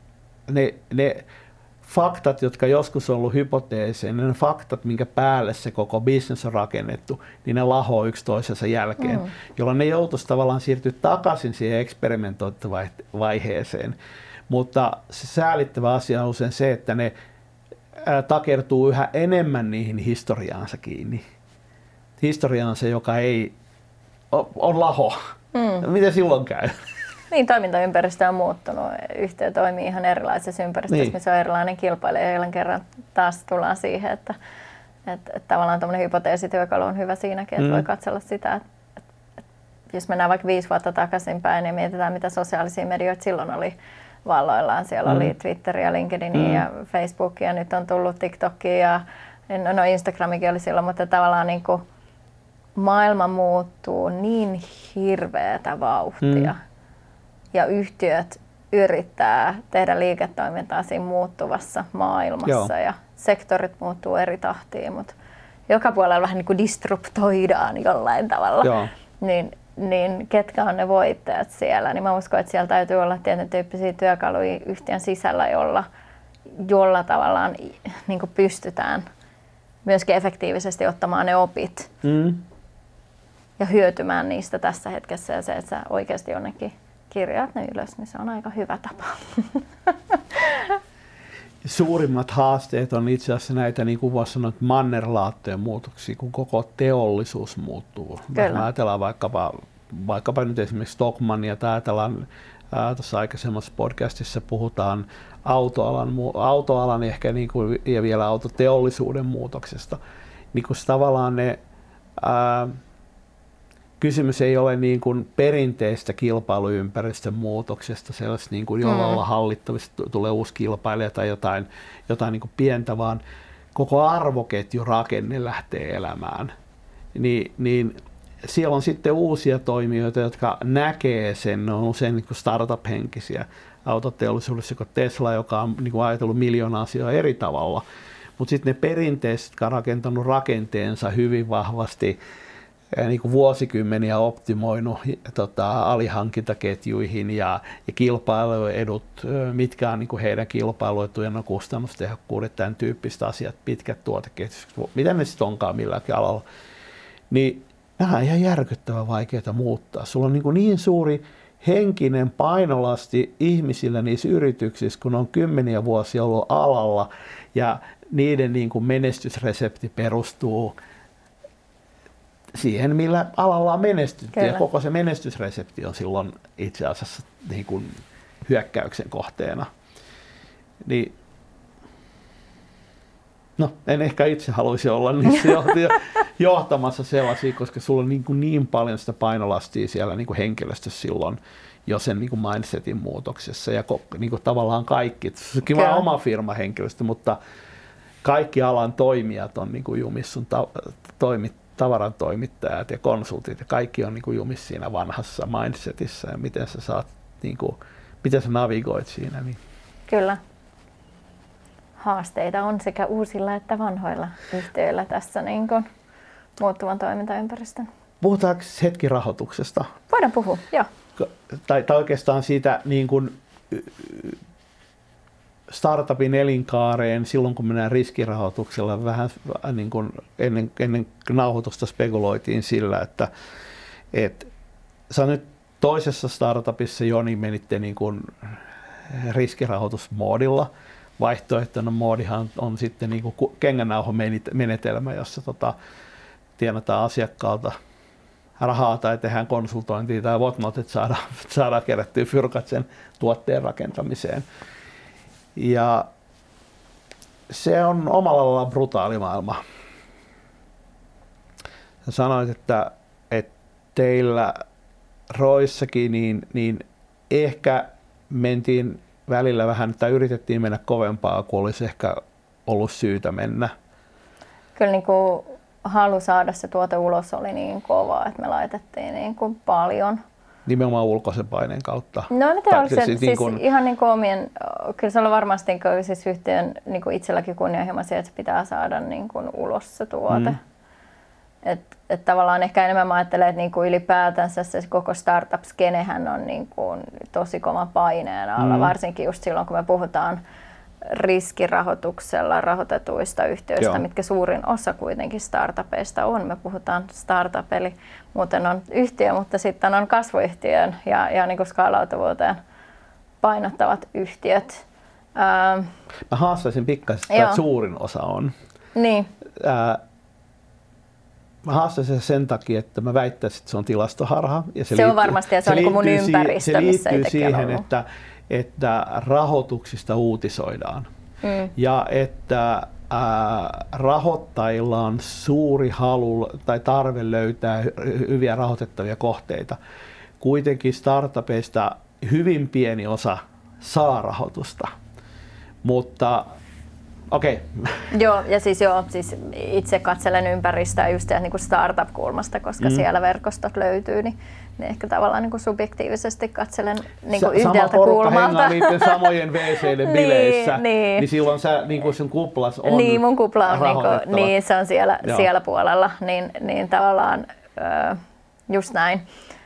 ne faktat, jotka joskus on ollut hypoteeseja, ne faktat, minkä päälle se koko business on rakennettu, niin ne lahoo yksi toisensa jälkeen, jolloin ne joutuisi tavallaan siirtyä takaisin siihen eksperimentointivaiheeseen. Mutta se säälittävä asia on usein se, että ne takertuu yhä enemmän niihin historiaansa kiinni. Historia on se, joka ei on laho. Miten silloin käy? Niin, toimintaympäristö on muuttunut. Yhtiö toimii ihan erilaisessa ympäristössä, missä on erilainen kilpailija. Ja jälleen kerran taas tullaan siihen, että tavallaan tämmöinen hypoteesityökalu on hyvä siinäkin, että voi katsella sitä, että jos mennään vaikka 5 vuotta takaisinpäin ja mietitään, mitä sosiaalisia medioita silloin oli valloillaan. Siellä oli Twitter ja LinkedIn ja Facebook ja nyt on tullut TikTok ja Instagramikin oli silloin, mutta tavallaan niin kuin maailma muuttuu niin hirveätä vauhtia. Ja yhtiöt yrittää tehdä liiketoimintaa siinä muuttuvassa maailmassa ja sektorit muuttuu eri tahtiin, mutta joka puolella vähän niin kuin disruptoidaan jollain tavalla. Niin ketkä on ne voittajat siellä? Niin mä uskon, että siellä täytyy olla tietyn tyyppisiä työkaluja yhtiön sisällä, jolla tavallaan niin kuin pystytään myöskin efektiivisesti ottamaan ne opit ja hyötymään niistä tässä hetkessä ja se, että sä oikeasti jonnekin kirjaat ne ylös, niin se on aika hyvä tapa. Suurimmat haasteet on itse asiassa näitä, niin kuin voisi sanoa, mannerlaattojen muutoksia, kun koko teollisuus muuttuu. Me ajatellaan vaikkapa nyt esimerkiksi Stockmannia, tai ajatellaan tuossa aikaisemmassa podcastissa puhutaan autoalan ehkä niin kuin, ja vielä autoteollisuuden muutoksesta. Niin kun tavallaan ne kysymys ei ole niin kuin perinteistä kilpailuympäristön muutoksesta, sellaista niin kuin jolla olla hallittavissa, tulee uusi kilpailija tai jotain niin kuin pientä, vaan koko arvoketju rakenne lähtee elämään. Niin siellä on sitten uusia toimijoita, jotka näkee sen, ne on usein niin kuin startup-henkisiä autoteollisuudessa, kuin Tesla, joka on niin kuin ajatellut miljoonaa asiaa eri tavalla, mutta sitten ne perinteiset, jotka on rakentanut rakenteensa hyvin vahvasti, niin kuin vuosikymmeniä optimoinut alihankintaketjuihin ja kilpailuedut, mitkä on niin kuin heidän kilpailuetujen on kustannustehokkuudet, tämän tyyppiset asiat, pitkät tuotekehitykset, mitä ne sitten onkaan milläkin alalla, niin nämä on ihan järkyttävän vaikeaa muuttaa. Sulla on niin suuri henkinen painolasti ihmisillä niissä yrityksissä, kun on kymmeniä vuosia ollut alalla ja niiden niin kuin menestysresepti perustuu siihen, millä alalla on menestytty. Ja koko se menestysresepti on silloin itse asiassa niin kuin hyökkäyksen kohteena. Niin, no, en ehkä itse haluaisi olla niissä johtamassa sellaisia, koska sulla on niin paljon sitä painolastia siellä niin kuin henkilöstössä silloin jo sen niin kuin mindsetin muutoksessa. Ja niin kuin tavallaan kaikki, se on kiva oma firma henkilöstö, mutta kaikki alan toimijat on niin kuin jumissa, sun tavarantoimittajat ja konsultit ja kaikki on niin kuin jumissa siinä vanhassa mindsetissä ja miten sä saat, niin kuin, miten sä navigoit siinä. Niin. Kyllä. Haasteita on sekä uusilla että vanhoilla yhtiöillä tässä niin kuin muuttuvan toimintaympäristön. Puhutaanko hetki rahoituksesta? Voidaan puhua, joo. Tai oikeastaan siitä niin kuin startupin elinkaareen silloin, kun mennään riskirahoituksella, vähän niin kuin ennen nauhoitusta spekuloitiin sillä, että sä nyt toisessa startupissa jo niin menitte niin kuin riskirahoitusmoodilla. Vaihtoehtona moodihan on sitten niin kuin kengännauhomenetelmä, jossa tienataan asiakkaalta rahaa tai tehdään konsultointia tai whatnot, että saadaan kerättyä fyrkat sen tuotteen rakentamiseen. Ja se on omalla lailla brutaali maailma. Sä sanoit, että teillä Roissakin niin ehkä mentiin välillä vähän, tai yritettiin mennä kovempaa, kuin olisi ehkä ollut syytä mennä. Kyllä niin kuin halu saada se tuote ulos oli niin kova, että me laitettiin niin kuin paljon. Nimenomaan ulkoisen paineen kautta. No en tiedä, se siis niin kuin ihan niin kuin omien, kyllä se on varmasti siis yhtiön niin kuin itselläkin kunnianhimo se, että pitää saada niin kuin ulos se tuote. Et tavallaan ehkä enemmän mä ajattelen, että niin kuin ylipäätänsä se koko startup-skenehän on niin kuin tosi kova paineen alla, varsinkin just silloin, kun me puhutaan riskirahoituksella rahoitetuista yhtiöistä, mitkä suurin osa kuitenkin startupeista on. Me puhutaan startup, eli muuten on yhtiö, mutta sitten on kasvuyhtiön ja niin kuin skaalautuvuuteen painottavat yhtiöt. Mä haastaisin pikkasen, että suurin osa on. Niin. Mä haastaisin sen takia, että mä väittäisin, että se on tilastoharha. Ja se on varmasti, ja se on niin kuin mun ympäristö, missä liittyy siihen, että rahoituksista uutisoidaan ja että rahoittajilla on suuri halu tai tarve löytää hyviä rahoitettavia kohteita. Kuitenkin startupeista hyvin pieni osa saa rahoitusta, mutta okei. Joo, ja siis itse katselen ympäristöä just niin kuin startup-kulmasta, koska siellä verkostot löytyy, niin ehkä tavallaan niin kuin subjektiivisesti katselen niin kuin yhdeltä kulmalta. Sama porukka niiden samojen WC:iden bileissä, niin silloin niin kuin sun kuplas on niin, mun kupla on niin se on siellä puolella, niin tavallaan just näin.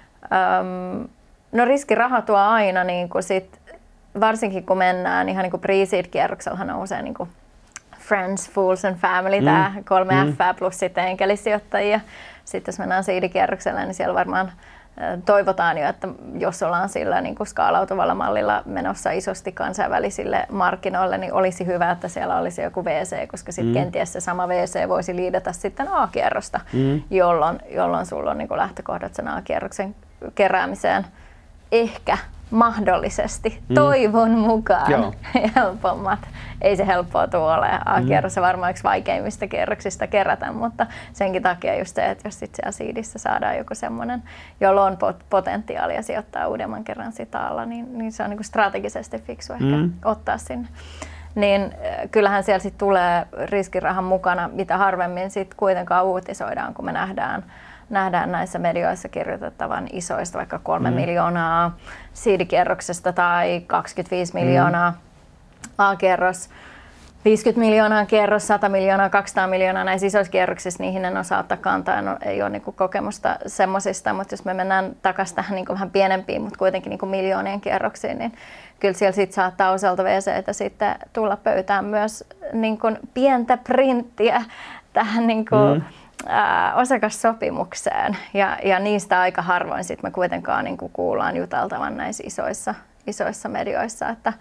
No riskiraha tuo aina, niin kuin sit, varsinkin kun mennään ihan niin kuin pre-seed-kierroksellahan on usein niin kuin Friends, Fools and Family, tämä 3F plus sitten enkelisijoittajia. Sitten jos mennään seed-kierrokselle, niin siellä varmaan toivotaan jo, että jos ollaan sillä niin kuin skaalautuvalla mallilla menossa isosti kansainvälisille markkinoille, niin olisi hyvä, että siellä olisi joku VC, koska sitten kenties se sama VC voisi liidata sitten A-kierrosta, jolloin sulla on niin kuin lähtökohdat sen A-kierroksen keräämiseen ehkä mahdollisesti, toivon mukaan helpommat. Ei se helppoa tuo ole. A-kierros on varmaan yksi vaikeimmista kierroksista kerätä, mutta senkin takia just se, että jos sitten siellä siidissä saadaan joku semmoinen, jolla on potentiaalia sijoittaa uudemman kerran sitä alla, niin se on niinku strategisesti fiksu ehkä ottaa sinne. Niin kyllähän siellä sitten tulee riskirahan mukana, mitä harvemmin sitten kuitenkaan uutisoidaan, kun me nähdään näissä medioissa kirjoitettavan isoista, vaikka 3 miljoonaa seed-kierroksesta tai 25 miljoonaa A-kierros, 50 miljoonaa kierros, 100 miljoonaa, 200 miljoonaa näissä isoissa kierroksissa, niihin en osaa ottaa kantaa, ei ole niinku kokemusta semmoisista, mutta jos me mennään takaisin tähän niinku vähän pienempiin, mutta kuitenkin niinku miljoonien kierroksiin, niin kyllä siellä sit saattaa osalta VC:tä sitten tulla pöytään myös niinku pientä printtiä tähän niinku osakassopimukseen ja niistä aika harvoin sit me kuitenkaan niin kuin kuullaan juteltavan näissä isoissa medioissa, että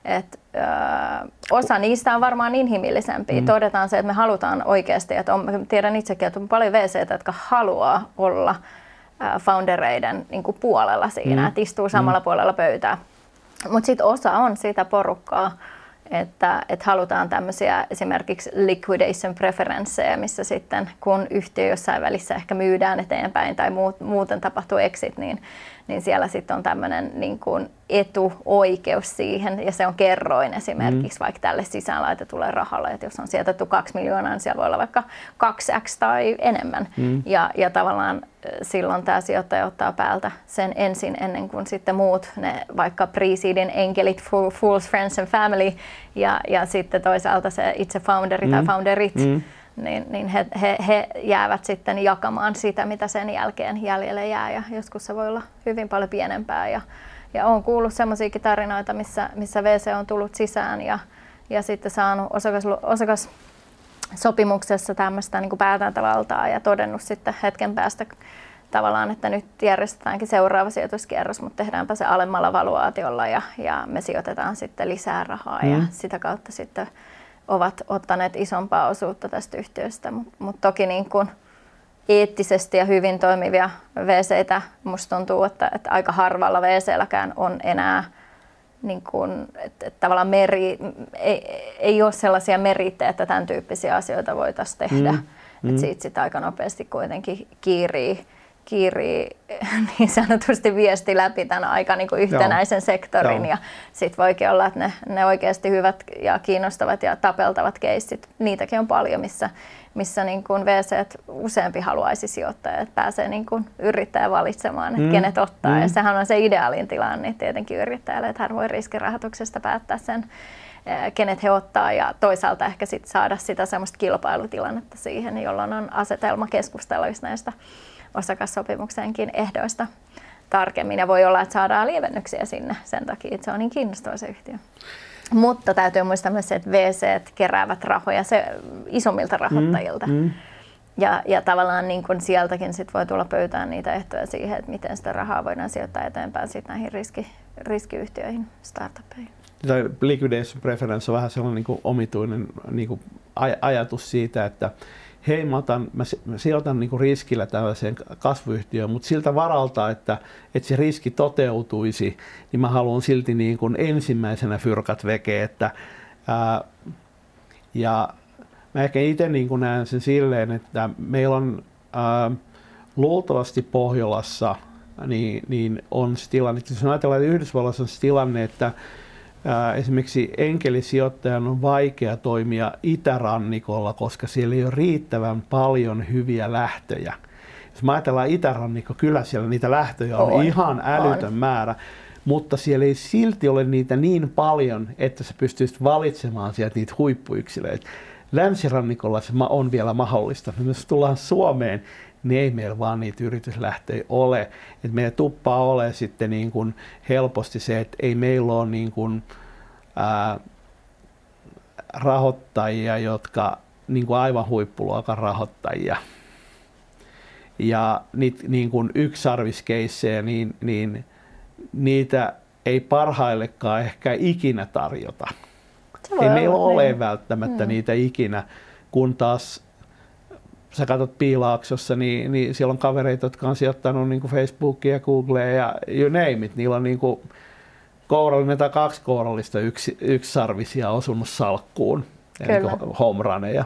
osa niistä on varmaan inhimillisempiä. Todetaan se, että me halutaan oikeasti, että tiedän itsekin, että on paljon VC:tä, jotka haluaa olla foundereiden niin kuin puolella siinä, että istuu samalla puolella pöytää. Mutta sitten osa on sitä porukkaa, että halutaan tämmöisiä esimerkiksi liquidation preferenceja, missä sitten kun yhtiö jossain välissä ehkä myydään eteenpäin tai muuten tapahtuu exit, niin siellä sitten on tämmöinen niin kuin etuoikeus siihen ja se on kerroin esimerkiksi vaikka tälle sisään laitetulle rahalle, että jos on sijoitettu 2 miljoonaa, niin siellä voi olla vaikka 2x tai enemmän ja tavallaan silloin tämä sijoittaja ottaa päältä sen ensin ennen kuin sitten muut, ne vaikka pre-seedin enkelit, fools, friends and family ja sitten toisaalta se itse founderi tai founderit, niin he jäävät sitten jakamaan sitä, mitä sen jälkeen jäljelle jää ja joskus se voi olla hyvin paljon pienempää ja olen kuullut semmoisiakin tarinoita, missä VC on tullut sisään ja sitten saanut osakassopimuksessa tämmöistä niin kuin päätäntävaltaa ja todennut sitten hetken päästä tavallaan, että nyt järjestetäänkin seuraava sijoituskierros, mutta tehdäänpä se alemmalla valuaatiolla ja me sijoitetaan sitten lisää rahaa ja sitä kautta sitten ovat ottaneet isompaa osuutta tästä yhtiöstä, mutta toki niin kuin eettisesti ja hyvin toimivia VC:itä musta tuntuu, että aika harvalla VC:lläkään on enää niin kuin, että tavallaan ei ole sellaisia merittejä, että tämän tyyppisiä asioita voitaisiin tehdä. Että siitä sit aika nopeasti kuitenkin kiirii niin sanotusti viesti läpi tämän aika niin kuin yhtenäisen sektorin. Ja sitten voikin olla, että ne oikeasti hyvät ja kiinnostavat ja tapeltavat keissit, niitäkin on paljon, missä niin kuin VC:t useampi haluaisi sijoittaa, että pääsee niin kuin yrittäjä valitsemaan, että kenet ottaa. Ja sehän on se ideaalin tilanne niin tietenkin yrittäjälle, että hän voi riskirahoituksesta päättää sen, kenet he ottaa ja toisaalta ehkä sit saada sitä semmoista kilpailutilannetta siihen, jolloin on asetelma keskustella just näistä osakassopimuksenkin ehdoista tarkemmin ja voi olla, että saadaan lievennyksiä sinne sen takia, että se on niin kiinnostava se yhtiö. Mutta täytyy muistaa myös se, että VC:t keräävät rahoja isommilta rahoittajilta. Ja tavallaan niin kun sieltäkin sit voi tulla pöytään niitä ehtoja siihen, että miten sitä rahaa voidaan sijoittaa eteenpäin sit näihin riskiyhtiöihin, startuppeihin. Liquidation preference on vähän sellainen niin kuin omituinen niin kuin ajatus siitä, että hei, mä sijoitan niin kuin riskillä tällaiseen kasvuyhtiöön, mutta siltä varalta, että se riski toteutuisi, niin mä haluan silti niin kuin ensimmäisenä fyrkat veke. Ja mä ehkä itse niin kuin näen sen silleen, että meillä on luultavasti Pohjolassa niin on se tilanne, jos ajatellaan, että Yhdysvalloissa on se tilanne, että esimerkiksi enkelisijoittajan on vaikea toimia itärannikolla, koska siellä ei ole riittävän paljon hyviä lähtöjä. Jos me ajatellaan itärannikko, kyllä siellä niitä lähtöjä on ihan älytön määrä, mutta siellä ei silti ole niitä niin paljon, että sä pystyisit valitsemaan sieltä niitä huippuyksilöitä. Länsirannikolla se on vielä mahdollista. Jos tullaan Suomeen, niin ei meillä vaan niitä yrityslähtöjä ole. Et meillä tuppaa ole sitten niin kuin helposti se, että ei meillä ole niin kuin, rahoittajia, jotka niin kuin aivan huippuluokan rahoittajia. Ja niin kuin yksisarviskeissejä, niin niitä ei parhaillekaan ehkä ikinä tarjota. Ei meillä ole välttämättä niitä ikinä, kun taas sä katsot Piilaaksossa, niin siellä on kavereita, jotka on sijoittanut niin kuin Facebookia ja Googlea ja you name it. Niillä on niin kuin kourallinen tai kaksikourallista yksisarvisia osunut salkkuun, eli home runeja.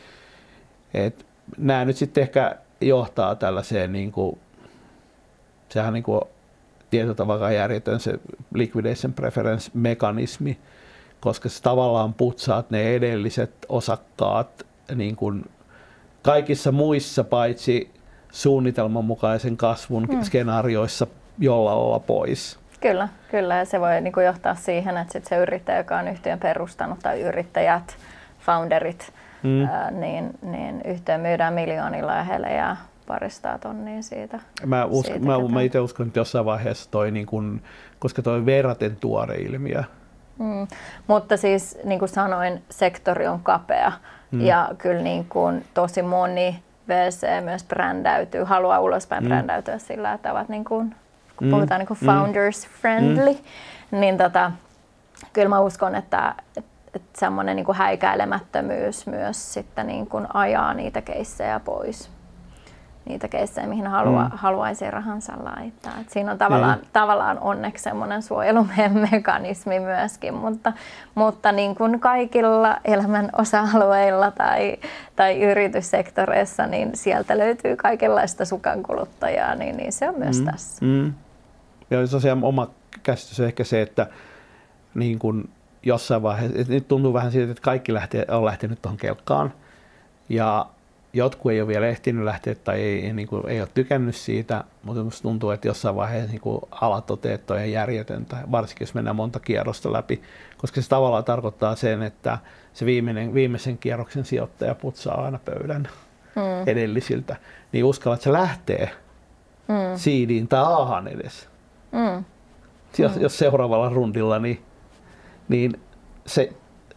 Nämä nyt sitten ehkä johtaa tällaiseen, niin kuin, sehän niin kuin tietyllä tavalla järjetön se liquidation preference mekanismi, koska sä tavallaan putsaat ne edelliset osakkaat niin kuin kaikissa muissa paitsi suunnitelman mukaisen kasvun skenaarioissa jollain pois. Kyllä, ja se voi niin kuin johtaa siihen, että sit se yrittäjä, joka on yhtiön perustanut, tai yrittäjät, founderit, niin yhtiö myydään miljoonilla ja heille jää paristaa tonnia siitä. Mä itse uskon, että jossain vaiheessa niin kun, koska toi on verraten tuore ilmiö. Mutta siis niin kuin sanoin, sektori on kapea ja kyllä niin kuin tosi moni VC myös brändäytyy, haluaa ulospäin brändäytyä sillä, että ovat niin kuin, kun puhutaan niin kuin founders friendly, niin kyllä mä uskon, että semmoinen niin kuin häikäilemättömyys myös sitten niin kuin ajaa niitä keissejä pois. Niitä keissejä, mihin haluaisi rahansa laittaa. Et siinä on tavallaan onneksi semmoinen suojelumekanismi myöskin, mutta niin kuin kaikilla elämän osa-alueilla tai yrityssektoreissa, niin sieltä löytyy kaikenlaista sukankuluttajaa, niin se on myös tässä. Ja tosiaan oma käsitys on ehkä se, että niin kuin jossain vaiheessa, nyt tuntuu vähän siltä, että kaikki on lähtenyt tuohon kelkkaan ja jotkut ei ole vielä ehtinyt lähteä tai ei ole tykännyt siitä, mutta minusta tuntuu, että jossain vaiheessa niin alatoteet on järjetöntä, varsinkin jos mennään monta kierrosta läpi, koska se tavallaan tarkoittaa sen, että se viimeisen kierroksen sijoittaja putsaa aina pöydän edellisiltä, niin uskallat se lähtee seediin tai aahan edes. Jos seuraavalla rundilla, niin se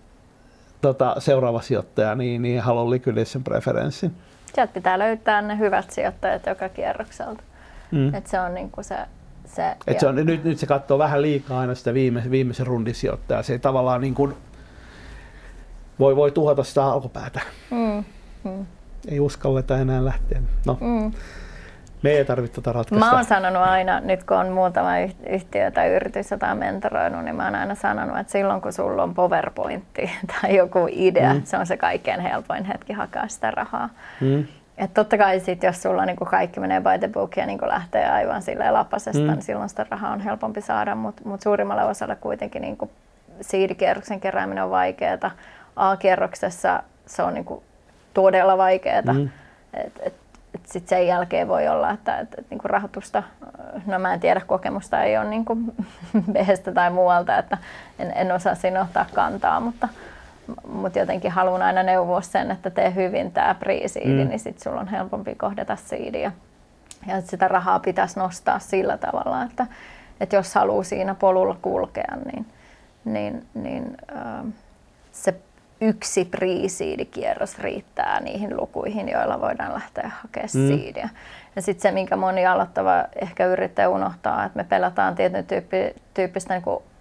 seuraava sijoittaja niin haluaa liquidation preferenssin. Sieltä pitää löytää ne hyvät sijoittajat joka kierrokselta. Et se on niinku se nyt se katsoo vähän liikaa aina sitä viimeisen rundin sijoittajaa. Se ei tavallaan niin kuin voi tuhota sitä alkupäätä. Ei uskalleta enää lähteä. No. Me ei tarvitse tätä ratkaista. Mä oon sanonut aina, nyt kun on muutama yhtiö tai yritys, jota on mentoroinut, niin mä oon aina sanonut, että silloin kun sulla on PowerPointti tai joku idea, se on se kaikkein helpoin hetki hakea sitä rahaa. Että totta kai sit, jos sulla niin kaikki menee by the book ja niin lähtee aivan silleen lapasesta, niin silloin sitä rahaa on helpompi saada, mutta suurimmalle osalle kuitenkin niin seed-kierroksen kerääminen on vaikeaa. A-kierroksessa se on niin todella vaikeaa. Sitten sen jälkeen voi olla, että niinku rahoitusta, no mä en tiedä, kokemusta ei ole niinku B:stä tai muualta, että en osaa siinä ottaa kantaa, mutta jotenkin haluan aina neuvoa sen, että tee hyvin tämä pre-seedi, niin sitten sulla on helpompi kohdata seediä. Ja sitä rahaa pitäisi nostaa sillä tavalla, että jos haluaa siinä polulla kulkea, niin se yksi pre-seed-kierros riittää niihin lukuihin, joilla voidaan lähteä hakemaan seediä. Ja sitten se, minkä moni aloittava ehkä yrittäjä unohtaa, että me pelataan tietyn tyyppistä niin kuin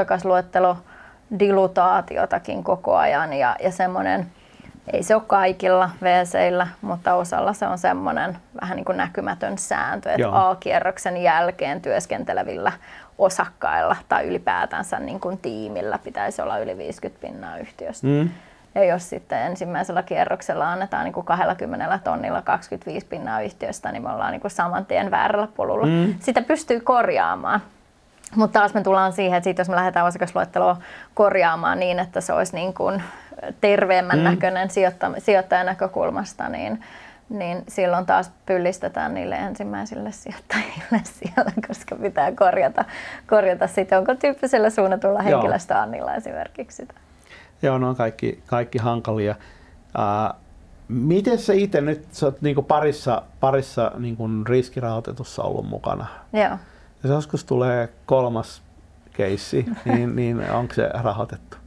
osakasluettelo-dilutaatiotakin koko ajan. Ja semmoinen, ei se ole kaikilla VCillä, mutta osalla se on semmoinen vähän niin kuin näkymätön sääntö, että A-kierroksen jälkeen työskentelevillä osakkailla tai ylipäätänsä niin kuin tiimillä pitäisi olla yli 50% yhtiöstä. Ja jos sitten ensimmäisellä kierroksella annetaan niin kuin 20 tonnilla 25% yhtiöstä, niin me ollaan niin kuin saman tien väärällä polulla. Sitä pystyy korjaamaan. Mutta taas me tullaan siihen, että jos me lähdetään osakasluetteloa korjaamaan niin, että se olisi niin kuin terveemmän näköinen sijoittajan näkökulmasta, niin silloin taas pyllistetään niille ensimmäisille sijoittajille siellä, koska pitää korjata sitä, onko tyyppisellä suunnatulla henkilöstöannilla esimerkiksi sitä. Joo, ne on kaikki hankalia. Miten sä itse nyt, sä oot niinku parissa niinku riskirahoitetussa ollut mukana? Joo. Jos joskus tulee kolmas keissi, niin onko se rahoitettu?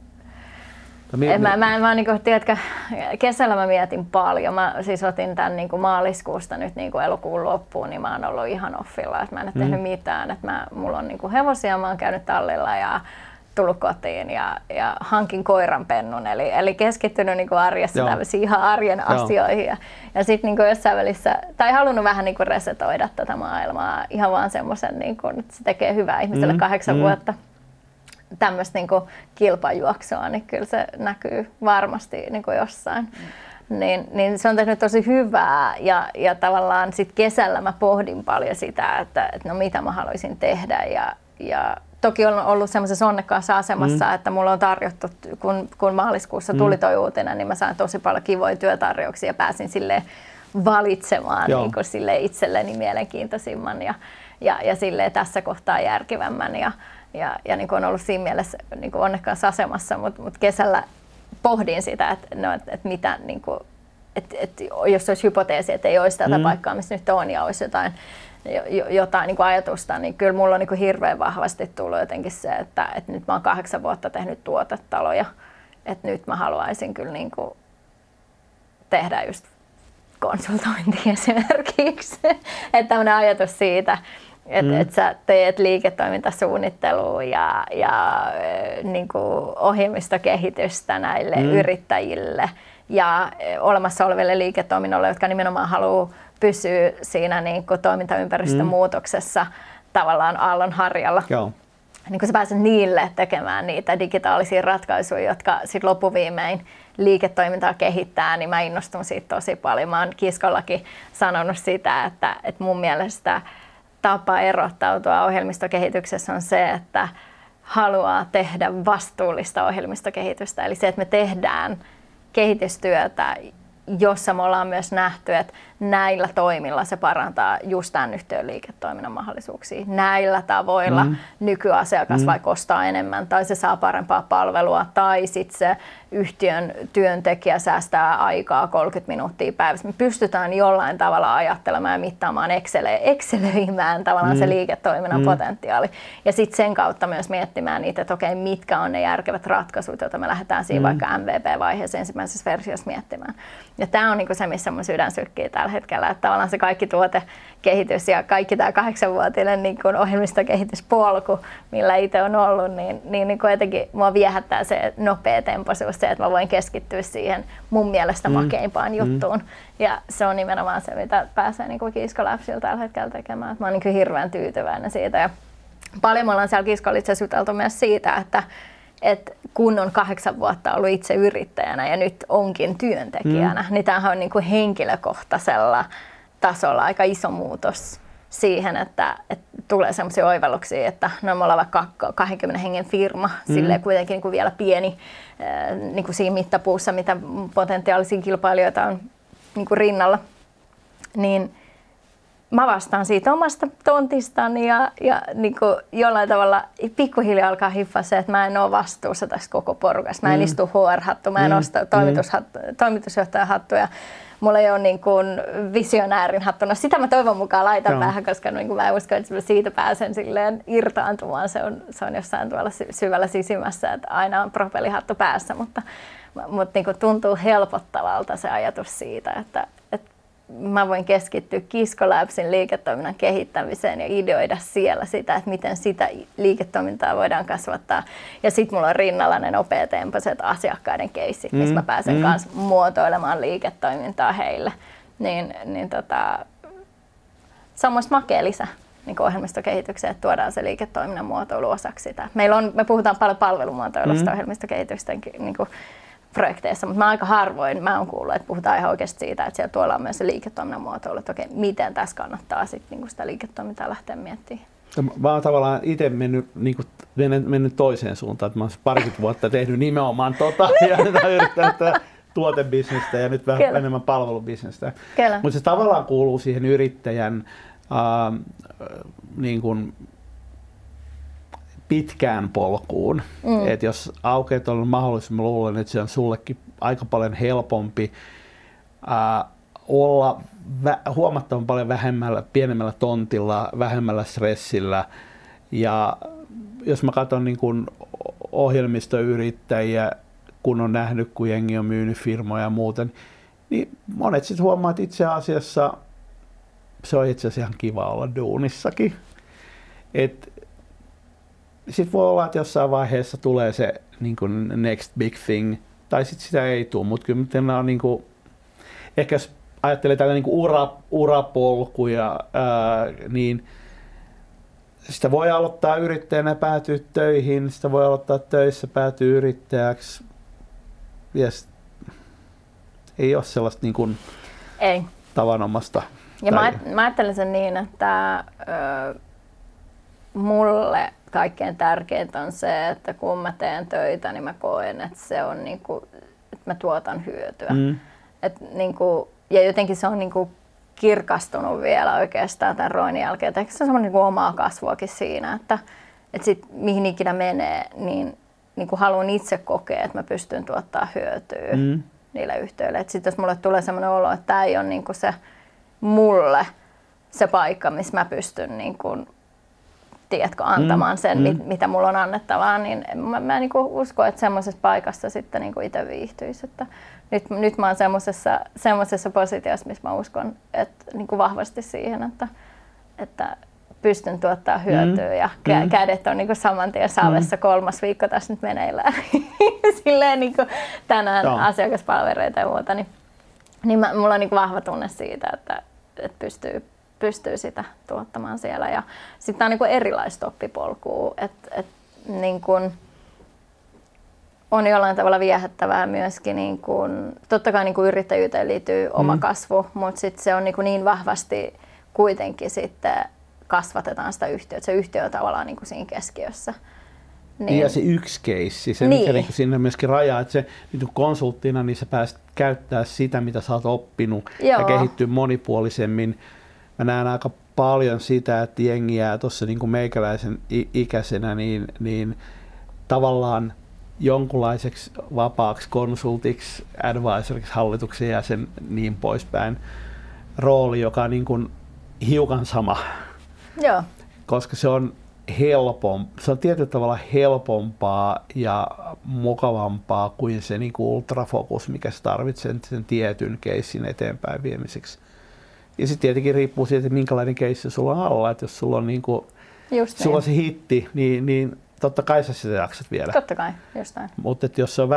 Mä niinku, tiedätkö, kesällä mä mietin paljon. Mä siis otin tämän niinku maaliskuusta nyt niinku elokuun loppuun, niin mä oon ollut ihan offilla, että mä en ole tehnyt mitään. Että mulla on niinku hevosia, mä oon käynyt tallilla ja tullut kotiin ja hankin koiranpennun. Eli keskittynyt niinku arjessa tämmöisiin ihan arjen asioihin. Ja sitten niinku jossain välissä, tai halunnut vähän niinku resetoida tätä maailmaa ihan vaan semmoisen, niinku, että se tekee hyvää ihmiselle 8 vuotta. Tämmöistä niinku kilpajuoksua, niin kyllä se näkyy varmasti niinku jossain. Niin se on tehnyt tosi hyvää ja tavallaan sit kesällä mä pohdin paljon sitä, että no mitä mä haluaisin tehdä ja toki olen ollut semmoisessa onnekkaassa asemassa, että mulla on tarjottu, kun maaliskuussa tuli toi uutinen, niin mä sain tosi paljon kivoja työtarjouksia ja pääsin silleen valitsemaan niin kuin silleen itselleni mielenkiintoisimman ja silleen tässä kohtaa järkevämmän. Ja niin kuin on ollut siinä mielessä niin kuin onnekkaassa asemassa, mutta kesällä pohdin sitä, että mitä, niin kuin, että jos olisi hypoteesi, että ei olisi tätä paikkaa, missä nyt on ja olisi jotain niin kuin ajatusta, niin kyllä mulla on niin kuin hirveän vahvasti tullut jotenkin se, että nyt mä oon 8 vuotta tehnyt tuotetaloja, että nyt mä haluaisin kyllä niin kuin tehdä just konsultointi esimerkiksi. Että tämmöinen ajatus siitä, että sä teet liiketoimintasuunnittelua ja niin kuin ohjelmistokehitystä näille yrittäjille ja olemassa oleville liiketoiminnoille, jotka nimenomaan haluaa pysyä siinä niin kuin toimintaympäristön muutoksessa tavallaan aallonharjalla. Joo. Niin kun sä pääset niille tekemään niitä digitaalisia ratkaisuja, jotka sit loppuviimein liiketoimintaa kehittää, niin mä innostun siitä tosi paljon. Mä oon Kiskollakin sanonut sitä, että mun mielestä tapa erottautua ohjelmistokehityksessä on se, että haluaa tehdä vastuullista ohjelmistokehitystä. Eli se, että me tehdään kehitystyötä, jossa me ollaan myös nähty, että näillä toimilla se parantaa just tämän yhtiön liiketoiminnan mahdollisuuksia. Näillä tavoilla nykyasiakas vaikka ostaa enemmän tai se saa parempaa palvelua tai sitten se yhtiön työntekijä säästää aikaa 30 minuuttia päivässä. Me pystytään jollain tavalla ajattelemaan ja mittaamaan excelöimään tavallaan se liiketoiminnan potentiaali. Ja sitten sen kautta myös miettimään niitä, että okei, mitkä on ne järkevät ratkaisut, joita me lähdetään siinä vaikka MVP-vaiheessa ensimmäisessä versiossa miettimään. Ja tämä on niinku se, missä mun sydän sykkii tällä hetkellä, että tavallaan se kaikki tuotekehitys ja kaikki tämä 8-vuotinen niin kuin ohjelmistokehityspolku, millä itse on ollut, niin kuin jotenkin mua viehättää se nopea tempoisuus, se, että mä voin keskittyä siihen mun mielestä makeimpaan juttuun. Ja se on nimenomaan se, mitä pääsee niin kuin Kisko Labsilla tällä hetkellä tekemään. Mä oon niin kuin hirveän tyytyväinen siitä. Ja paljon me ollaan siellä Kiskolla itse asiassa juteltu myös siitä, että kun on 8 vuotta ollut itse yrittäjänä ja nyt onkin työntekijänä, niin tämähän on niin kuin henkilökohtaisella tasolla aika iso muutos siihen, että tulee sellaisia oivalluksia, että no me ollaan vaikka 20 hengen firma, silleen kuitenkin niin kuin vielä pieni niin kuin siinä mittapuussa, mitä potentiaalisia kilpailijoita on niin kuin rinnalla, niin mä vastaan siitä omasta tontistani ja niin kuin jollain tavalla pikkuhiljaa alkaa hiffaa se, että mä en ole vastuussa tässä koko porukassa. Mä en istu HR-hattu, mä en osta toimitusjohtajan hattuja. Mulla ei ole niin kuin visionäärin hattuna. Sitä mä toivon mukaan laitan päähän, koska niin kuin mä uskon, että mä siitä pääsen silleen irtaantumaan. Se on jossain tuolla syvällä sisimmässä, että aina on propellihattu päässä, mutta niin kuin tuntuu helpottavalta se ajatus siitä, että mä voin keskittyä Kisko Labsin liiketoiminnan kehittämiseen ja ideoida siellä sitä, että miten sitä liiketoimintaa voidaan kasvattaa. Ja sitten mulla on rinnalla ne nopeatempoiset asiakkaiden keissit, missä mä pääsen kanssa muotoilemaan liiketoimintaa heille. Se on musta makea lisä niin ohjelmistokehitykseen, että tuodaan se liiketoiminnan muotoilu osaksi sitä. Me puhutaan paljon palvelumuotoilusta ohjelmistokehityksen niin projekteissa, mutta aika harvoin mä oon kuullut, että puhutaan ihan oikeasti siitä, että siellä tuolla on myös se liiketoiminnan muotoilu, että okei, miten tässä kannattaa sitten niin sitä liiketoimintaa lähteä miettimään. Mä oon tavallaan itse mennyt toiseen suuntaan, että mä oon parikymmentä vuotta tehnyt nimenomaan ja yrittänyt tuotebisnestä ja nyt vähän enemmän palvelubisnestä. Mutta se tavallaan kuuluu siihen yrittäjän niin kuin pitkään polkuun. Et jos aukeat on mahdollista, mä luulen, että se on sullekin aika paljon helpompi olla huomattavan paljon pienemmällä tontilla, vähemmällä stressillä. Ja jos mä katson niin kun ohjelmistoyrittäjiä, kun on nähnyt, kun jengi on myynyt firmoja ja muuten, niin monet sitten huomaa, että itse asiassa se on itse asiassa ihan kiva olla duunissakin. Sitten voi olla, että jossain vaiheessa tulee se niin kuin next big thing, tai sitten sitä ei tule, mutta kyllä on niin kuin, ehkä jos ajattelee tällä niin kuin urapolkuja, niin sitä voi aloittaa yrittäjänä, päätyä töihin, sitä voi aloittaa töissä, päätyä yrittäjäksi. Yes. Ei ole sellaista niin kuin tavanomasta. Ja mä ajattelen sen niin, että mulle kaikkein tärkeintä on se, että kun mä teen töitä, niin mä koen, että se on niinku, että mä tuotan hyötyä. Ja jotenkin se on niinku kirkastunut vielä oikeastaan tämän Roinin jälkeen. Ehkä se on semmoinen niinku omaa kasvuakin siinä, että sit mihin ikinä menee, niin niinku haluan itse kokea, että mä pystyn tuottaa hyötyä niille yhtiöille. Sitten jos mulle tulee semmoinen olo, että tämä ei ole niinku se mulle se paikka, missä mä pystyn niinku tiedätkö, antamaan sen, mitä mulla on annettavaa, niin mä niin kuin uskon, että semmoisessa paikassa sitten niin kuin itse viihtyisi. Että nyt mä oon semmoisessa positiossa, missä mä uskon että, niin kuin vahvasti siihen, että pystyn tuottaa hyötyä ja kädet on niin kuin saman tien saavessa 3. viikko tässä nyt meneillään. Silleen niin kuin tänään asiakaspalveluita ja muuta, niin mulla on niin kuin vahva tunne siitä, että pystyy sitä tuottamaan siellä. Ja sitten on niin kuin erilaista oppipolkua, että niin kuin on jollain tavalla viehättävää myöskin, niin kuin, totta kai niin kuin yrittäjyyteen liittyy oma kasvu, mutta sitten se on niin vahvasti kuitenkin sitten kasvatetaan sitä yhtiötä. Se yhtiö on tavallaan niin kuin siinä keskiössä. Niin. Ja se yksi keissi, se mikä niin sinne myöskin rajaa, että se niin konsulttina niin sä pääset käyttää sitä, mitä sä oot oppinut ja kehittyy monipuolisemmin. Mä näen aika paljon sitä, että jengi jää tuossa niin kuin meikäläisen ikäisenä niin tavallaan jonkunlaiseksi vapaaksi konsultiksi, advisoriksi, hallituksen jäsen niin poispäin rooli, joka on niin kuin hiukan sama. Joo. Koska se on se on tietyllä tavalla helpompaa ja mukavampaa kuin se niin kuin ultrafokus, mikä sä tarvitset sen tietyn keissin eteenpäin viemiseksi. Ja sitten tietenkin riippuu siitä, että minkälainen keissi sulla on alla. Että jos sulla on, niin kuin, sulla on se hitti, niin totta kai sä sitä jaksat vielä. Totta kai, just näin. Mutta jos se on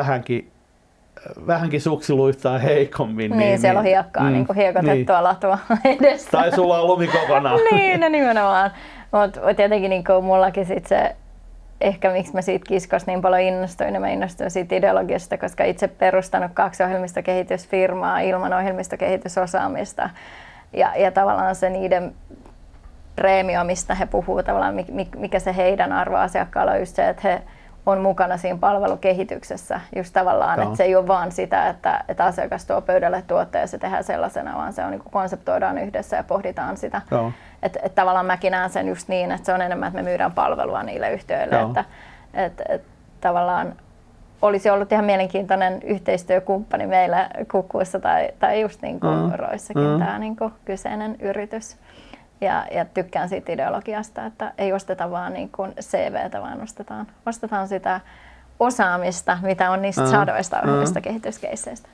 vähänkin suksiluittaa heikommin. Niin siellä on hiekkaa, niin kuin hiekotettua latua edessä. Tai sulla on lumi kokonaan. Niin, no nimenomaan. Mutta tietenkin niin mullakin sit se, ehkä miksi mä siitä kiskosta niin paljon innostuin, mä innostuin siitä ideologiasta, koska itse perustanut 2 ohjelmistokehitysfirmaa ilman ohjelmistokehitysosaamista. Ja tavallaan se niiden preemio, mistä he puhuu, tavallaan mikä se heidän arvo asiakkaalla on just se, että he on mukana siinä palvelukehityksessä. Just tavallaan, että se ei ole vaan sitä, että asiakas tuo pöydälle tuotteen ja se tehdään sellaisena, vaan se on niin kuin konseptoidaan yhdessä ja pohditaan sitä. Että tavallaan mäkin näen sen just niin, että se on enemmän, että me myydään palvelua niille yhtiöille. Että tavallaan olisi ollut ihan mielenkiintoinen yhteistyökumppani meillä Kukuissa tai just niin kuin Roissakin tämä niin kuin kyseinen yritys. Ja tykkään siitä ideologiasta, että ei osteta vaan niin kuin CVtä, vaan ostetaan sitä osaamista, mitä on niistä sadoista ohjelmista kehityskeisseistä.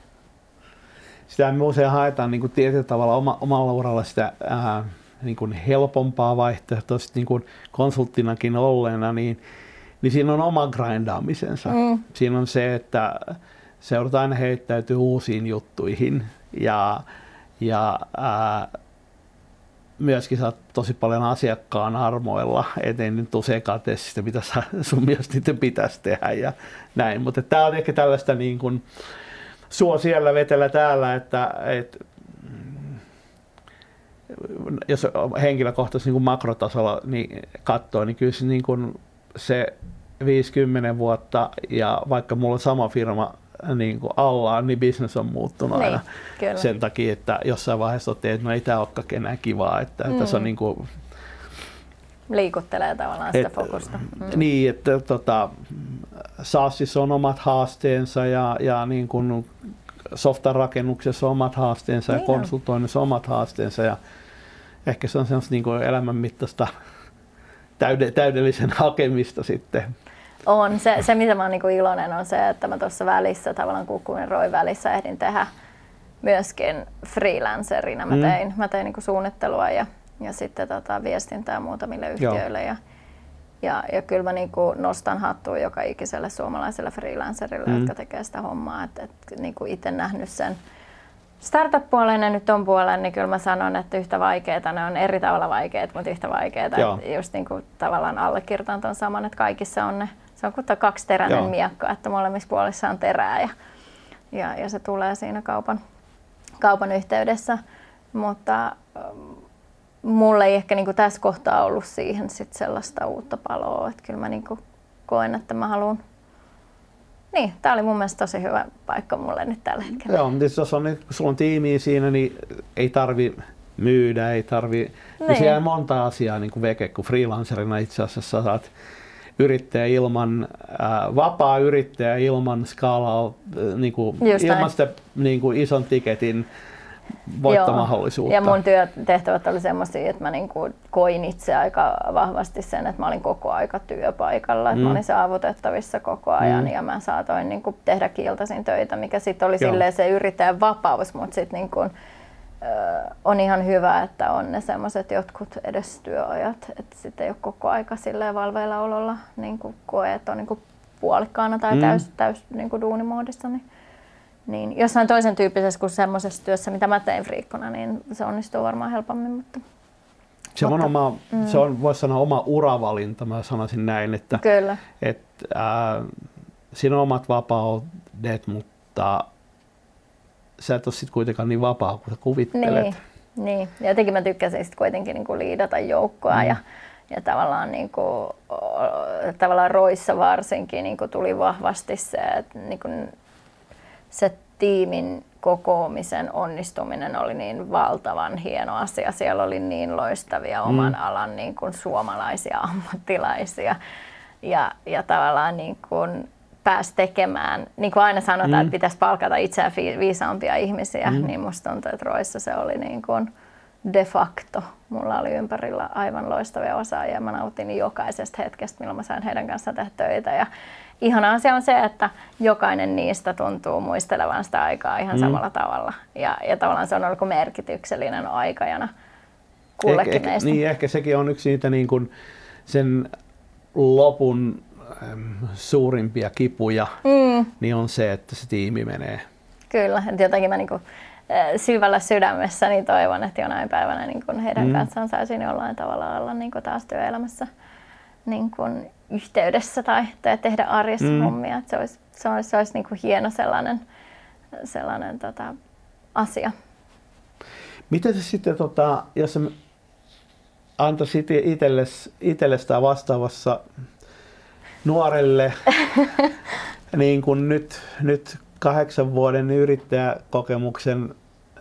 Sitä me usein haetaan niin kuin tietyllä tavalla omalla uralla sitä niin kuin helpompaa vaihtoehtoa, niin kuin konsulttinakin olleena, niin siinä on oma grindaamisensa. Siinä on se, että seurataan aina heittäytyy uusiin juttuihin ja myöskin sä oot tosi paljon asiakkaan armoilla, ettei nyt tule sekate sitä, mitä sun mielestä niiden pitäisi tehdä ja näin. Mutta tämä on ehkä tällaista niin kuin suo siellä, vetellä täällä, että jos henkilökohtaisesti niin kuin makrotasolla niin katsoo, niin kyllä se, niin kuin se 50 vuotta ja vaikka mulla on sama firma niin kuin allaan, niin business on muuttunut aina sen takia, että jossain vaiheessa otettiin, että no ei tämä olekaan enää kivaa, että tässä on niin kuin liikuttelee tavallaan sitä fokusta. Niin, että SaaSissa on omat haasteensa ja niin kuin softan-rakennuksessa on omat haasteensa ja konsultoinnissa on omat haasteensa ja ehkä se on sellaista niin kuin elämänmittaista täydellisen hakemista sitten. On. Se mitä mä oon niin kuin iloinen on se, että mä tuossa välissä, tavallaan Kukkuun ja Roin välissä ehdin tehdä myöskin freelancerina. Mä tein niin kuin suunnittelua ja sitten viestintää muutamille yhtiöille. Ja kyllä mä niin kuin nostan hattua joka ikiselle suomalaiselle freelancerille, jotka tekee sitä hommaa. Et niin kuin itse nähnyt sen startup-puolen ja nyt ton puolen, niin kyllä mä sanon, että yhtä vaikeita, ne on eri tavalla vaikeita, mutta yhtä vaikeita. Just niin kuin tavallaan allekirjoitan ton saman, että kaikissa on se on kuin kaksiteräinen miekka, että molemmissa puolissa on terää ja se tulee siinä kaupan yhteydessä. Mutta mulla ei ehkä niin kuin tässä kohtaa ollut siihen sit sellaista uutta paloa, että kyllä mä niin kuin koen, että mä haluan. Niin, tää oli mun mielestä tosi hyvä paikka mulle nyt tällä hetkellä. Joo, mutta jos on, kun sulla on tiimiä siinä, niin ei tarvi myydä, ei tarvi. Niin. Siellä on monta asiaa niin kuin veke, kun freelancerina itse asiassa saat yrittäjä ilman, vapaa yrittäjä ilman skaalaa, niin kuin, ilman sitä niin kuin ison tiketin voittomahdollisuutta. Ja mun työtehtävät oli semmoisia, että mä niinku koin itse aika vahvasti sen, että mä olin koko aika työpaikalla, että mä olin saavutettavissa koko ajan ja mä saatoin niinku tehdä iltaisin töitä, mikä sitten oli silleen se yrittäjän vapaus, mutta sitten niinku, on ihan hyvä, että on ne semmoiset jotkut edes työajat, että sitten ei ole koko aika silleen valveilla ololla niinku koe, että on niinku puolikkaana tai täys niinku duunimoodissa. Niin jossain toisen tyyppisessä kuin semmoisessa työssä, mitä mä tein friikkona, niin se onnistuu varmaan helpommin. Mutta se on, voisi sanoa, oma uravalinta, mä sanoisin näin, että kyllä. Siinä on omat vapaudet, mutta sä et ole sit kuitenkaan niin vapaa kuin sä kuvittelet. Niin. Ja jotenkin mä tykkäsin sit kuitenkin niinku liidata joukkoa ja tavallaan, niinku, tavallaan Roissa varsinkin niinku tuli vahvasti se, että niinku, se tiimin kokoamisen onnistuminen oli niin valtavan hieno asia. Siellä oli niin loistavia oman alan niin kuin suomalaisia ammattilaisia ja tavallaan niin kuin pääsi tekemään, niin kuin aina sanotaan, että pitäisi palkata itseään viisaampia ihmisiä, niin musta tuntuu, että Roissa se oli niin kuin de facto. Mulla oli ympärillä aivan loistavia osaajia. Mä nautin jokaisesta hetkestä, milloin mä sain heidän kanssaan tehdä töitä. Ja ihana asia on se, että jokainen niistä tuntuu muistelevan sitä aikaa ihan samalla tavalla. Ja tavallaan se on ollut merkityksellinen aikajana kullekin meistä. Niin, ehkä sekin on yksi niitä niin kuin sen lopun suurimpia kipuja, niin on se, että se tiimi menee. Kyllä, että jotenkin mä niinku syvällä sydämessäni toivon, että jonain päivänä niin kun heidän kanssaan saisin jollain tavalla olla niin kun taas työelämässä niin kun yhteydessä tai tehdä arjessa hommia. Että se olisi niin kun hieno sellainen asia. Miten se sitten, jos antaisit itsellesi tai vastaavassa nuorelle niin kuin nyt 8 vuoden yrittäjäkokemuksen,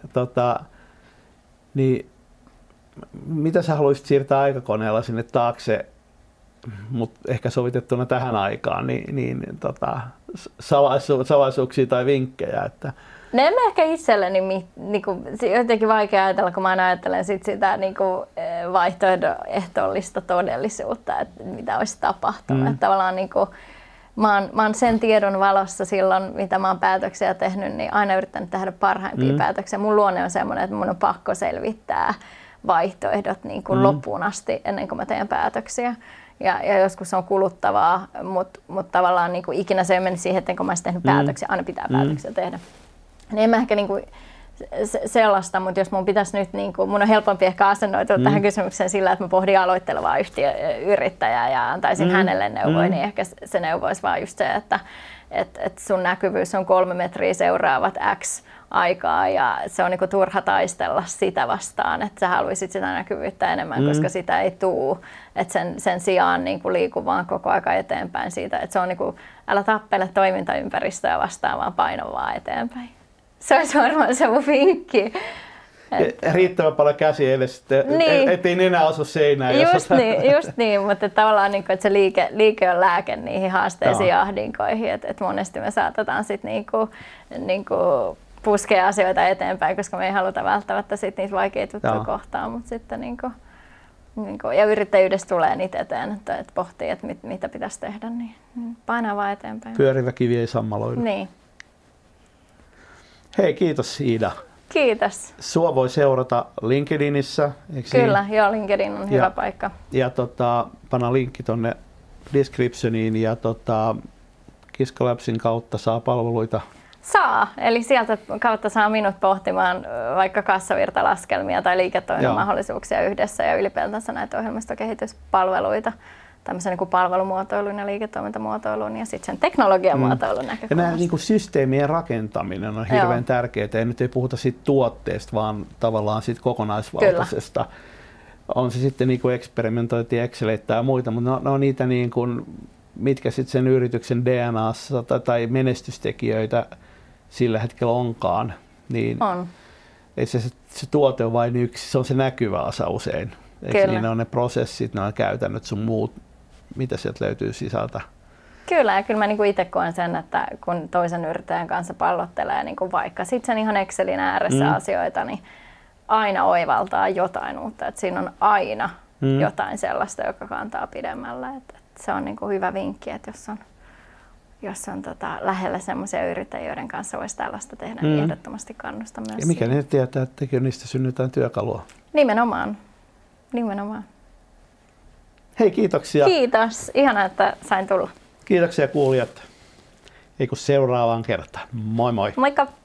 niin mitä sä haluaisit siirtää aikakoneella sinne taakse, mutta ehkä sovitettuna tähän aikaan, niin salaisuuksia tai vinkkejä? Että ne en mä ehkä itselleni niinku, jotenkin vaikea ajatella, kun mä ajattelen sitä niinku, vaihtoehtollista todellisuutta, että mitä olisi tapahtunut. Että tavallaan niinku, mä oon sen tiedon valossa silloin, mitä mä oon päätöksiä tehnyt, niin aina yrittänyt tehdä parhaimpia päätöksiä. Mun luonne on semmoinen, että mun on pakko selvittää vaihtoehdot niin kuin loppuun asti ennen kuin mä teen päätöksiä. Ja joskus se on kuluttavaa, mutta tavallaan niin kuin ikinä se ei mene siihen, että kun mä oon tehnyt päätöksiä, aina pitää päätöksiä tehdä. Niin en mä ehkä niin kuin sellaista, mutta jos mun pitäisi nyt, niin kuin, mun on helpompi ehkä asennoitua tähän kysymykseen sillä, että mä pohdin aloittelevaa yrittäjää ja antaisin hänelle neuvoja, niin ehkä se neuvo olisi vaan just se, että sun näkyvyys on 3 metriä seuraavat X aikaa ja se on niinku turha taistella sitä vastaan, että sä haluaisit sitä näkyvyyttä enemmän, koska sitä ei tuu. Että sen sijaan niinku liiku vaan koko aika eteenpäin siitä, että se on niinku, älä tappele toimintaympäristöä vastaan, vaan paino vaan eteenpäin. Se olisi varmaan se mun vinkki. Riittävän paljon käsi edes, ettei nenä osu seinään. Just niin, mutta tavallaan niin kuin, että se liike on lääke niihin haasteisiin ja ahdinkoihin. Että monesti me saatetaan sitten niinku puskea asioita eteenpäin, koska me ei haluta välttämättä sit niitä vaikeita juttuja kohtaan. Mutta sitten ja yrittäjyydessä tulee niitä eteen, että pohtii, että mitä pitäisi tehdä, niin painaa vaan eteenpäin. Pyörivä kivi ei sammaloidu. Niin. Hei, kiitos Iida. Kiitos. Sua voi seurata LinkedInissä, eikö Kyllä, joo, LinkedIn on hyvä paikka. Ja panna linkki tonne descriptioniin ja Kiskalabsin kautta saa palveluita. Saa, eli sieltä kautta saa minut pohtimaan vaikka kassavirtalaskelmia tai liiketoimintamahdollisuuksia yhdessä ja ylipäätänsä näitä ohjelmistokehityspalveluita. Tämmöisen niin palvelumuotoilun ja liiketoimintamuotoilun ja sitten sen teknologiamuotoilun näkökulmasta. Ja nämä niin kuin systeemien rakentaminen on hirveän tärkeää. Ja nyt ei puhuta siitä tuotteesta, vaan tavallaan siitä kokonaisvaltaisesta. Kyllä. On se sitten niin kuin eksperimentointi, Exceleitä ja muita, mutta ne on niitä, niin kuin, mitkä sitten sen yrityksen DNAssa tai menestystekijöitä sillä hetkellä onkaan. Niin on. Ei se tuote on vain yksi, se on se näkyvä osa usein. Niin ne on ne prosessit, ne on käytännöt sun muut, mitä sieltä löytyy sisältä. Kyllä, ja kyllä mä niinku itse koen sen, että kun toisen yrittäjän kanssa pallottelee niinku vaikka sitten sen ihan Excelin ääressä asioita, niin aina oivaltaa jotain uutta. Et siinä on aina jotain sellaista, joka kantaa pidemmällä. Et se on niinku hyvä vinkki, että jos on lähellä semmoisia yrittäjiä, joiden kanssa voisi tällaista tehdä, niin ehdottomasti kannustan myös. Ja mikä ne tietää, että niistä synnytään työkalua? Nimenomaan. Hei, kiitoksia. Kiitos. Ihanaa, että sain tulla. Kiitoksia kuulijat. Seuraavaan kertaan. Moi moi. Moikka.